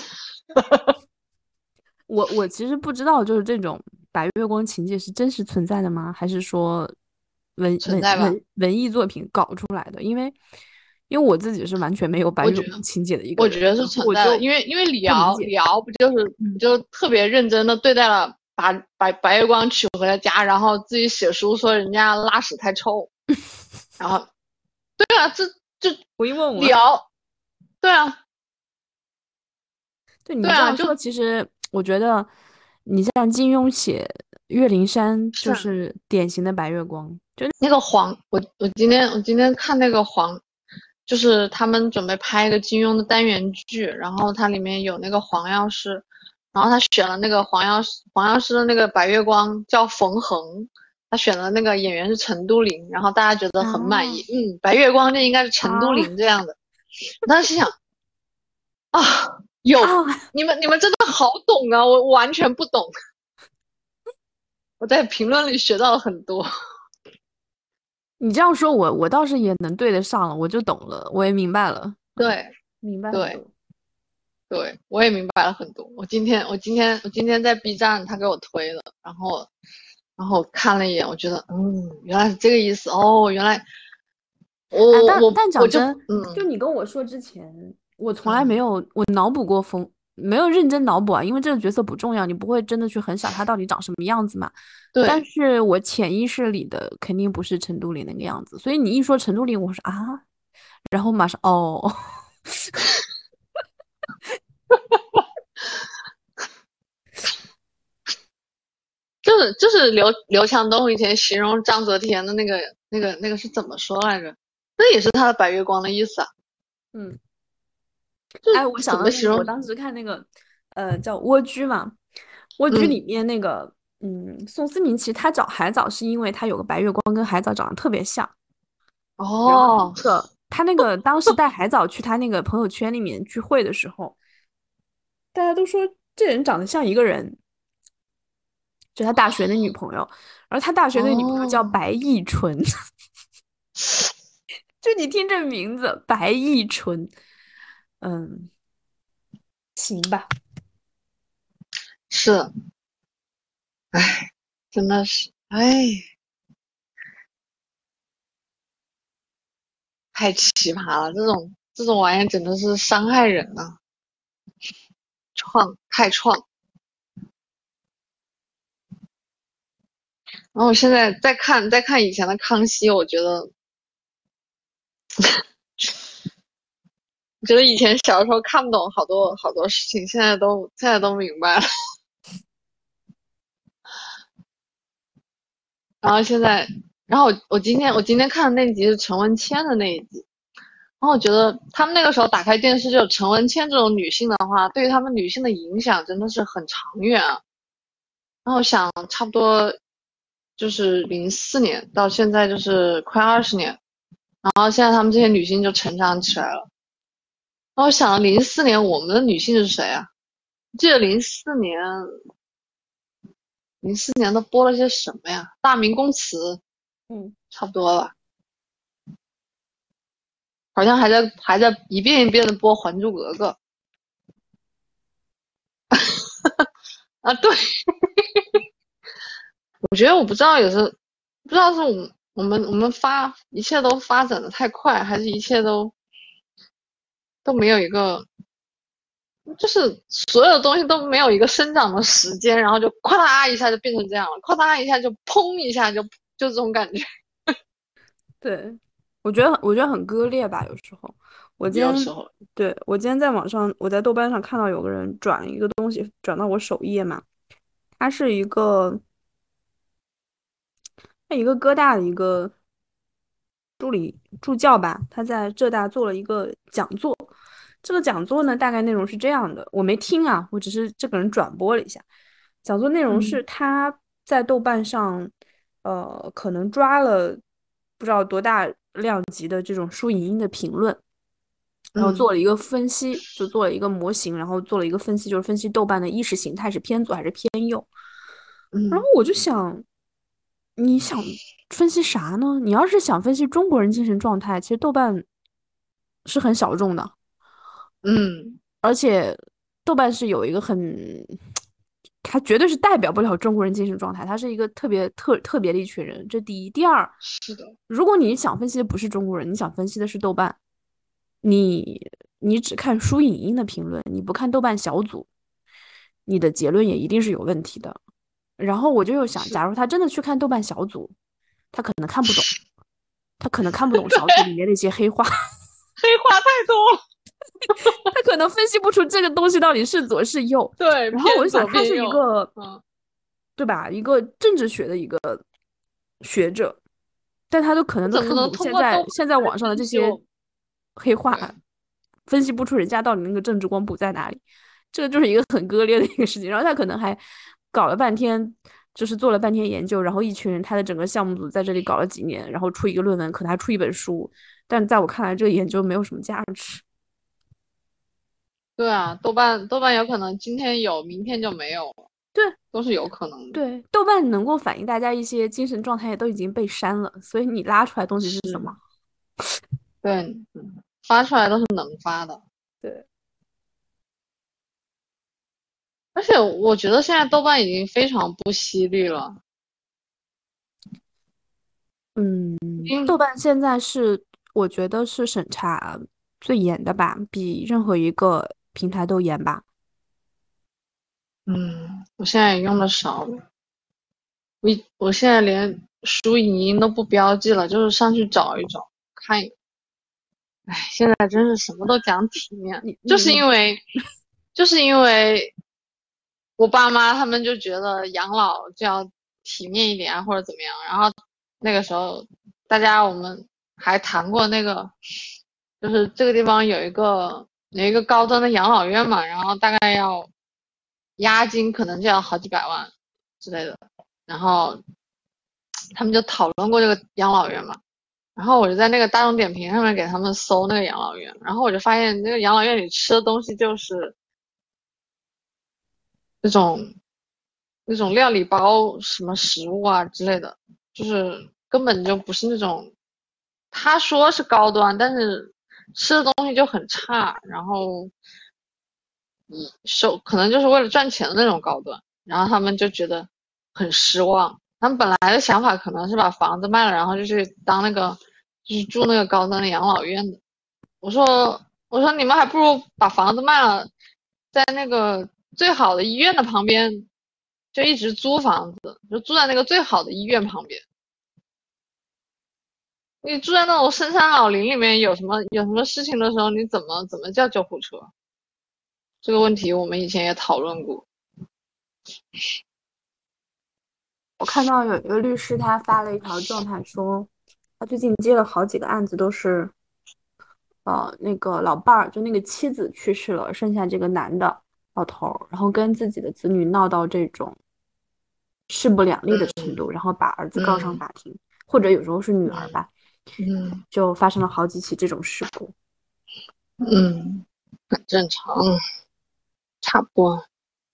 我我其实不知道，就是这种白月光情节是真实存在的吗？还是说文文存在吧？ 文文艺作品搞出来的？因为因为我自己是完全没有白我觉得， 月光情节的一个人， 我觉得是然后存在的， 我就因为因为李敖， 不理解。 李敖不就是不嗯， 就特别认真的对待了把白白月光娶回了家，然后自己写书说人家拉屎太臭，然后对啊，这这回问我。 李敖，对啊对你对啊，就这样说，其实我觉得你像金庸写岳灵珊，就是啊。 是典型的白月光。就那个黄，我我今天我今天看那个黄，就是他们准备拍一个金庸的单元剧，然后它里面有那个黄药师，然后他选了那个黄药师黄药师的那个白月光叫冯恒，他选的那个演员是陈都灵，然后大家觉得很满意， 啊嗯，白月光就应该是陈都啊灵这样的。我当时想啊，有啊！ 你们你们真的好懂啊，我完全不懂，我在评论里学到了很多。 你这样说我，我倒是也能对得上了，我就懂了，我也明白了，嗯， 对明白很对。 多。 对，我也明白了很多。我今天，我今天，我今天在 B 站，他给我推了，然后，然后我看了一眼，我觉得，嗯，原来是这个意思哦，原来我哎， 我但但我我就， 讲真，就嗯你跟我说之前，我从来没嗯， 有我脑补过风，没有认真脑补啊，因为这个角色不重要，你不会真的去很想他到底长什么样子嘛。但对， 是我潜意识里的肯定不是陈都灵那个样子，所以你一说陈都灵，我说啊，然后马上哦。 就是就是刘刘强东以前形容章泽天的那个那个那个是怎么说来着？那也是他的白月光的意思啊， 嗯，哎，我这想到那个，我怎么形容？ 当时看那个，呃，叫《蜗居》嘛，《蜗居》 嗯， 里面那个，嗯，宋思明其实他找海藻是因为他有个白月光跟海藻长得特别像，然后他哦那个他那个当时带海藻去他那个朋友圈里面聚会的时候，大家都说这人长得像一个人，就他大学的女朋友，然后他大学的女朋友叫哦， 白亦纯。就你听这名字，白亦纯，嗯，行吧。 是，哎，真的是，哎，太奇葩了，这种这种玩意儿真的是伤害人啊！创太创。然后我现在再看再看以前的康熙，我觉得，我觉得以前小时候看不懂好多好多事情，现在都现在都明白了。然后现在，然后我我今天我今天看的那集是陈文茜的那一集，然后我觉得他们那个时候打开电视就有陈文茜这种女性的话，对于他们女性的影响真的是很长远啊。然后我想差不多就是零四年到现在就是快二十年，然后现在他们这些女性就成长起来了。然后我想了零四年我们的女性是谁啊？记得零四年零四年都播了些什么呀？大明宫词嗯。 差不多吧，好像还在还在一遍一遍的播《还珠格格》。 啊，对，我觉得我不知道也是，不知道是我们我们我们发一切都发展的太快，还是一切都都没有一个，就是所有的东西都没有一个生长的时间，然后就咵嗒一下就变成这样了，咵嗒一下就砰一下就就这种感觉。 对，我觉得我觉得很割裂吧，有时候。我今天有时候， 对我今天在网上，我在豆瓣上看到有个人转了一个东西转到我首页嘛，他是一个他一个哥大的一个助理助教吧，他在浙大做了一个讲座。这个讲座呢，大概内容是这样的，我没听啊，我只是这个人转播了一下。讲座内容是嗯他在豆瓣上，呃，可能抓了不知道多大量级的这种书影音的评论，然后做嗯了一个分析，就做了一个模型，然后做了一个分析，就是分析豆瓣的意识形态是偏左还是偏右。然后嗯我就想，你想分析啥呢？你要是想分析中国人精神状态，其实豆瓣是很小众的， 嗯， 而且豆瓣是有一个很，它绝对是代表不了中国人精神状态，它是一个特别特特别的一群人，这第一。第二， 是的， 如果你想分析的不是中国人，你想分析的是豆瓣，你你只看书影音的评论，你不看豆瓣小组，你的结论也一定是有问题的。然后我就又想， 是， 假如他真的去看豆瓣小组，他可能看不懂，他可能看不懂小组里面的一些黑话， 黑话太多了， 他可能分析不出这个东西到底是左是右。 对， 然后我就想， 偏左他是一偏右， 个， 嗯， 对吧？一个政治学的一个学者，但他都可能都看不怎么能懂现在通过豆瓣来现在网上的这些分析我？ 黑话， 对， 分析不出人家到底那个政治光谱在哪里。这个就是一个很割裂的一个事情。然后他可能还搞了半天，就是做了半天研究，然后一群人他的整个项目组在这里搞了几年，然后出一个论文，可能还出一本书。但在我看来，这个研究没有什么价值。 对啊，豆瓣豆瓣有可能今天有，明天就没有了， 对都是有可能的。 对，豆瓣能够反映大家一些精神状态都已经被删了，所以你拉出来的东西是什是， 么？ 对，嗯发出来都是能发的。 对， 而且我觉得现在豆瓣已经非常不犀利了， 嗯，豆因瓣现在是我觉得是审查最严的吧，比任何一个平台都严吧。 嗯，我现在也用的少了，我一我现在连书影音都不标记了，就是上去找一找，看一。哎，现在真是什么都讲体面，就是你你你因为就是因为我爸妈他们就觉得养老就要体面一点啊，或者怎么样。然后那个时候大家我们还谈过那个，就是这个地方有一个有一个高端的养老院嘛，然后大概要押金可能就要好几百万之类的。然后他们就讨论过这个养老院嘛。然后我就在那个大众点评上面给他们搜那个养老院，然后我就发现那个养老院里吃的东西就是那种那种料理包什么食物啊之类的，就是根本就不是那种，他说是高端，但是吃的东西就很差，然后以收可能就是为了赚钱的那种高端，然后他们就觉得很失望。他们本来的想法可能是把房子卖了，然后就去当那个就是住那个高端的养老院的。我说我说你们还不如把房子卖了，在那个最好的医院的旁边，就一直租房子，就住在那个最好的医院旁边。你住在那种深山老林里面，有什么有什么事情的时候，你怎么怎么叫救护车？这个问题我们以前也讨论过。 我看到有一个律师他发了一条状态说，他最近接了好几个案子，都是呃那个老伴儿就那个妻子去世了，剩下这个男的老头儿，然后跟自己的子女闹到这种势不两立的程度，然后把儿子告上嗯法庭，或者有时候是女儿嗯吧， 嗯就发生了好几起这种事故。 嗯，很正常，差不多。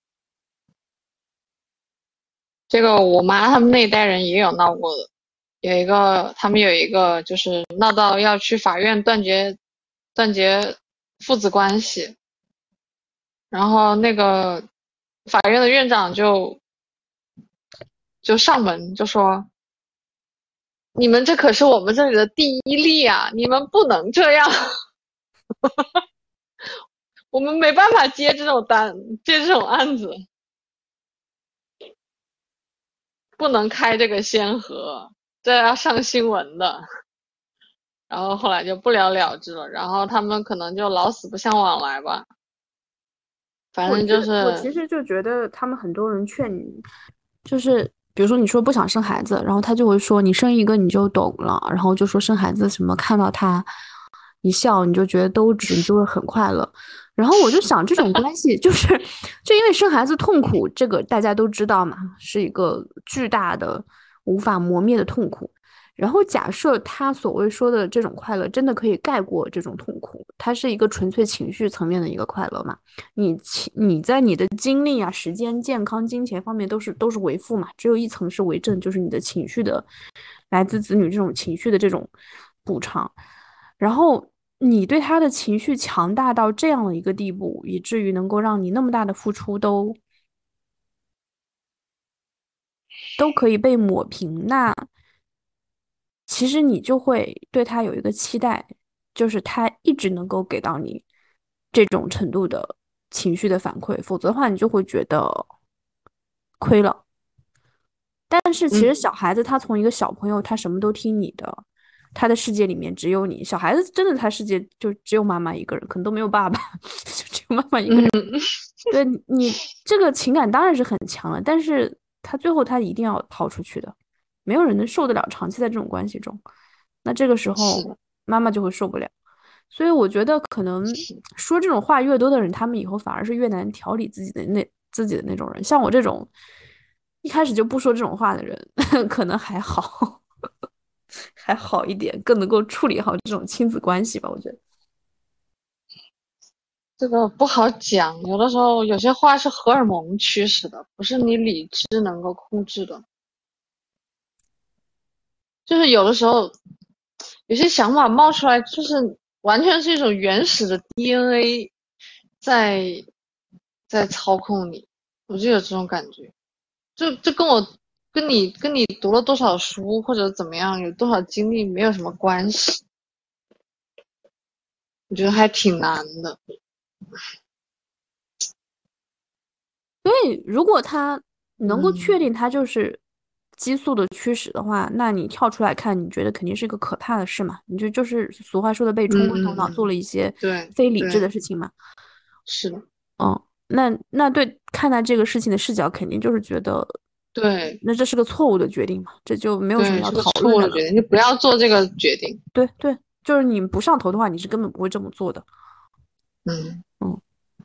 这个我妈他们那一代人也有闹过的，有一个他们有一个就是闹到要去法院断绝断绝父子关系，然后那个法院的院长就就上门就说：“你们这可是我们这里的第一例啊，你们不能这样，我们没办法接这种单，接这种案子，不能开这个先河，这要上新闻的。”然后后来就不了了之了，然后他们可能就老死不相往来吧。反正就我觉我是， 其实就觉得他们很多人劝你，就是比如说你说不想生孩子，然后他就会说你生一个你就懂了，然后就说生孩子什么看到他一笑你就觉得都值，你就会很快乐。然后我就想这种关系就是就因为生孩子痛苦，这个大家都知道嘛，是一个巨大的无法磨灭的痛苦。然后假设他所谓说的这种快乐真的可以盖过这种痛苦，它是一个纯粹情绪层面的一个快乐嘛？你情你在你的精力啊、时间、健康、金钱方面都是都是为负嘛，只有一层是为正，就是你的情绪的，来自子女这种情绪的这种补偿。然后你对他的情绪强大到这样的一个地步，以至于能够让你那么大的付出都都可以被抹平，那其实你就会对他有一个期待，就是他一直能够给到你这种程度的情绪的反馈，否则的话你就会觉得亏了。但是其实嗯小孩子他从一个小朋友，他什么都听你的，他的世界里面只有你。小孩子真的他世界就只有妈妈一个人，可能都没有爸爸，就只有妈妈一个人。 嗯， 对你这个情感当然是很强了，但是他最后他一定要逃出去的，没有人能受得了长期在这种关系中。那这个时候是的， 妈妈就会受不了。所以我觉得可能是， 说这种话越多的人，他们以后反而是越难调理自己的那自己的那种人。像我这种一开始就不说这种话的人，可能还好，还好一点，更能够处理好这种亲子关系吧。我觉得。 这个不好讲，有的时候有些话是荷尔蒙驱使的，不是你理智能够控制的。就是有的时候有些想法冒出来，就是完全是一种原始的 D N A 在在操控你，我就有这种感觉。就就跟我跟你跟你读了多少书或者怎么样，有多少经历没有什么关系，我觉得还挺难的。 所以，如果他能够确嗯定他就是激素的驱使的话，那你跳出来看，你觉得肯定是一个可怕的事嘛？你就就是俗话说的被冲嗯昏头脑，做了嗯嗯， 一些对非理智的对， 事情嘛？ 是的， 嗯，那那对看待这个事情的视角，肯定就是觉得， 对那这是个错误的决定嘛？这就没有什么对， 要是个讨论的了。 错误的决定，你不要做这个决定。 对对，就是你不上头的话，你是根本不会这么做的。 嗯， 嗯，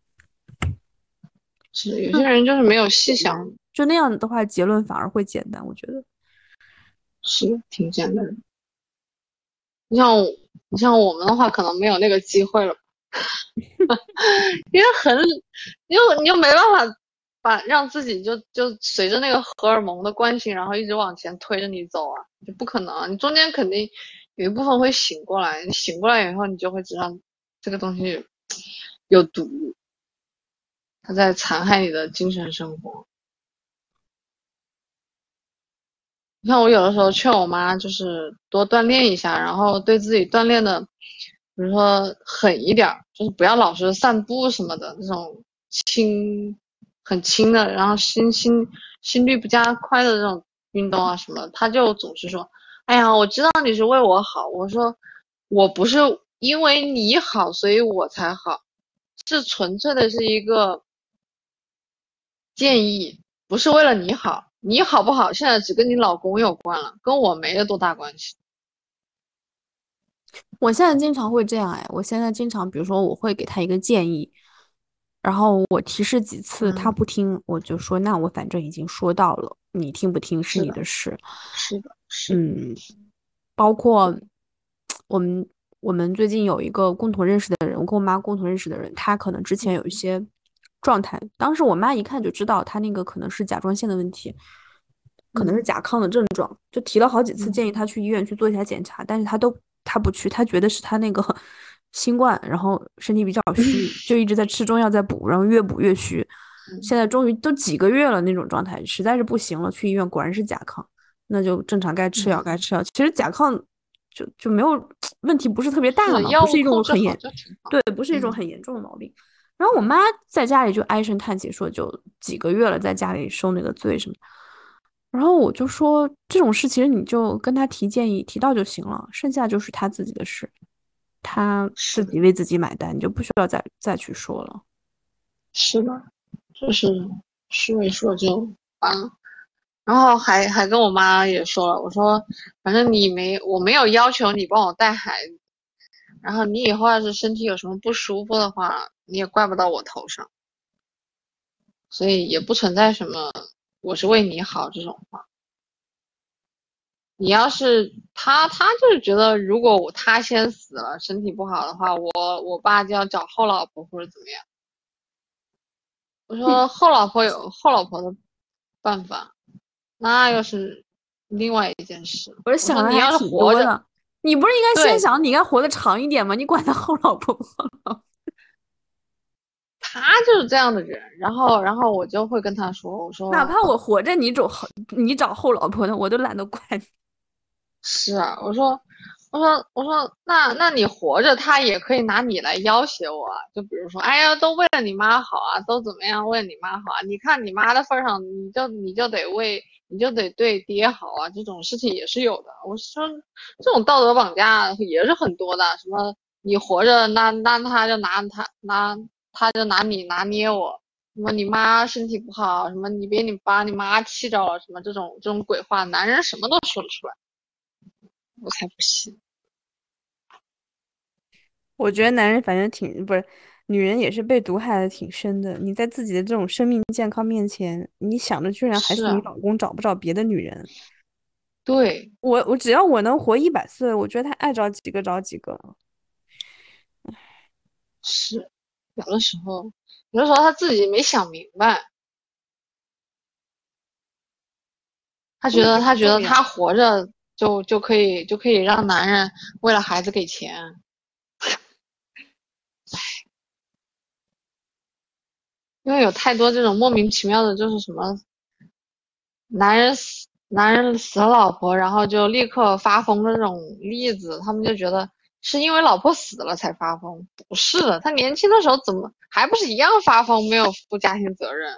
是有些人就是没有细想， 就那样的话，结论反而会简单，我觉得。 是挺简单的。你像我你像我们的话，可能没有那个机会了。因为很，因为你又没办法把让自己就就随着那个荷尔蒙的惯性，然后一直往前推着你走啊，就不可能啊。你中间肯定有一部分会醒过来，你醒过来以后，你就会知道这个东西有毒，它在残害你的精神生活。你像我有的时候劝我妈，就是多锻炼一下，然后对自己锻炼的，比如说狠一点儿，就是不要老是散步什么的那种轻，很轻的，然后心心心率不加快的这种运动啊什么的，她就总是说：“哎呀，我知道你是为我好。”我说：“我不是因为你好，所以我才好，是纯粹的是一个建议，不是为了你好。你好不好，现在只跟你老公有关了，跟我没了多大关系。” 我现在经常会这样，哎，我现在经常，比如说我会给他一个建议，然后我提示几次，他嗯， 不听，我就说那我反正已经说到了，你听不听是是的， 你的事。 是的，是的， 嗯，包括我们我们最近有一个共同认识的人，我跟我妈共同认识的人，他可能之前有一些状态，当时我妈一看就知道他那个可能是甲状腺的问题，可能是嗯甲亢的症状，就提了好几次嗯建议他去医院去做一下检查，但是他都他不去，他觉得是他那个新冠，然后身体比较虚，就一直在吃中药在补，然后越补越虚。 现在终于都几个月了那种状态，实在是不行了，去医院果然是甲亢，那就正常该吃药嗯， 该吃药。其实甲亢就就没有问题，不是特别大嘛，不是药物是一种控制好很严， 就挺好。 对，不是一种嗯， 很严重的毛病。然后我妈在家里就唉声叹气说，就几个月了，在家里受那个罪什么的。然后我就说这种事其实你就跟他提建议，提到就行了，剩下就是他自己的事，他是的， 自己为自己买单，你就不需要再再去说了。 是的，就是说一说就完了。然后还还跟我妈也说了，我说反正你没我没有要求你帮我带孩子，然后你以后要是身体有什么不舒服的话，你也怪不到我头上，所以也不存在什么我是为你好这种话。你要是他他就是觉得如果我他先死了，身体不好的话，我我爸就要找后老婆或者怎么样。我说后老婆有后老婆的办法，那又是另外一件事。 我是我说你要是想的还挺活着， 多的，你不是应该先对， 想你应该活得长一点吗？你管他后老婆不后老婆？ 他就是这样的人。然后然后我就会跟他说，我说哪怕我活着，你找后你找后老婆的，我都懒得管你。 是啊，我说，我说，我说，那那你活着，他也可以拿你来要挟我啊。就比如说，哎呀，都为了你妈好啊，都怎么样为了你妈好啊？你看你妈的份上，你就你就得为，你就得对爹好啊。这种事情也是有的。我说，这种道德绑架也是很多的。什么你活着，那那他就拿他拿他就拿你拿捏我。什么你妈身体不好，什么你别你把你妈气着了，什么这种这种鬼话，男人什么都说得出来。我才不信。 我觉得男人反正挺不是，女人也是被毒害的挺深的。你在自己的这种生命健康面前，你想的居然还是你是啊， 老公找不找别的女人。 对， 我我只要我能活一百岁，我觉得他爱找几个找几个。 是，有的时候，有的时候他自己没想明白，他觉得根本就不他觉得他重要。 活着就就可以就可以让男人为了孩子给钱，因为有太多这种莫名其妙的，就是什么男人死男人死了老婆，然后就立刻发疯的这种例子，他们就觉得是因为老婆死了才发疯，不是的，他年轻的时候怎么还不是一样发疯，没有负家庭责任。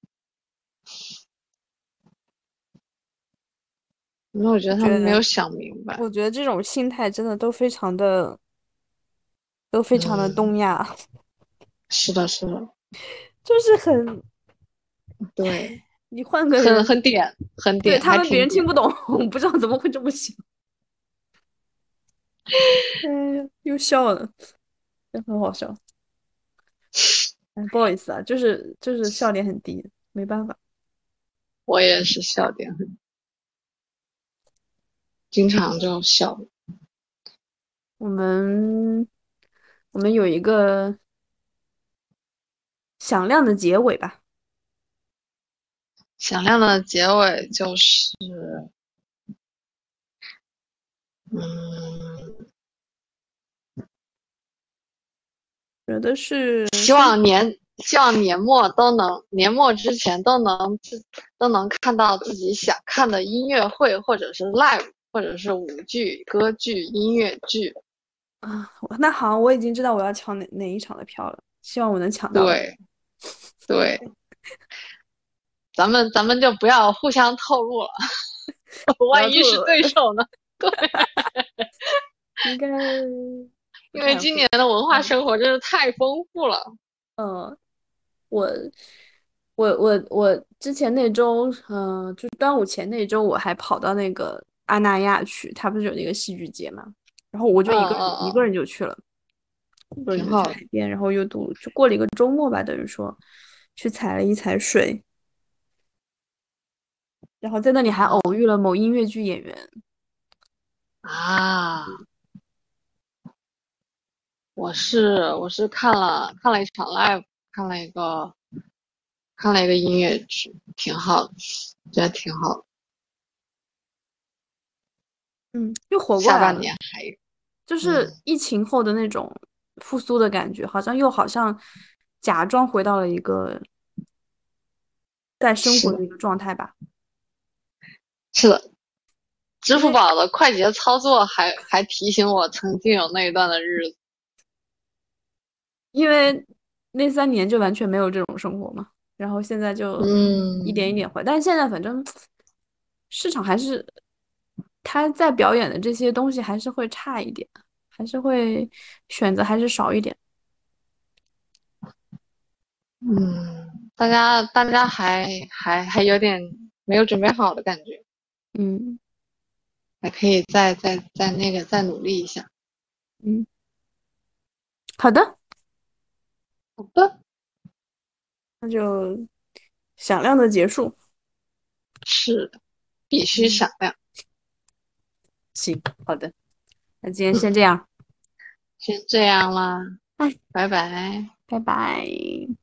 因为我觉我得他们觉得， 没有想明白。 我觉得这种心态真的都非常的，都非常的嗯， 东亚， 是的，是的， 就是很， 对， 你换个很人， 很点，很点， 对他们别还挺点。 人听不懂，我不知道怎么会这么想。哎呀，又笑了，真很好笑。哎，不好意思啊，就是就是笑点很低，没办法。 我也是笑点很，经常就笑。 我们我们有一个响亮的结尾吧。 响亮的结尾就是，嗯， 觉得是希身望年希望年末都能年末之前都能自都能看到自己想看的音乐会，或者是 live，或者是舞剧、歌剧、音乐剧。 啊，我那好，我已经知道我要抢哪哪一场的票了，希望我能抢到吧。 对对，咱们咱们就不要互相透露了。 不要万一是吐了， 对手呢？对， 应该不因为太会。 今年的文化嗯生活真是太丰富了。 嗯，我我我我之前那周，嗯、呃，就是端午前那周，我还跑到那个阿那亚去，他不是有那个戏剧节嘛，然后我就嗯一个人一个嗯嗯， 人就去了，一个人就去挺好的。 海边，然后又度就过了一个周末吧，等于说去踩了一踩水，然后在那里还哦偶遇了某音乐剧演员。 啊，我是我是看了看了一场 live，看了一个看了一个音乐剧，挺好的，觉得挺好的。 嗯，又活过下半来了， 年还有， 就是嗯， 疫情后的那种复苏的感觉，好像又好像假装回到了一个在生是的， 活的一个状态吧。 是的，支因为付宝的快捷操作还还提醒我曾经有那一段的日子。 因为那三年就完全没有这种生活嘛，然后现在就一点一嗯点回，但是现在反正市场还是他在表演的这些东西还是会差一点，还是会选择还是少一点。 嗯，大家大家还还还有点没有准备好的感觉， 嗯还可以再再再那个再努力一下。 嗯，好的， 好的， 那就响亮的结束。 是的，必须嗯， 闪亮。 行，好的，那今天嗯， 先这样， 先这样啦， 哎， 拜拜。 拜拜。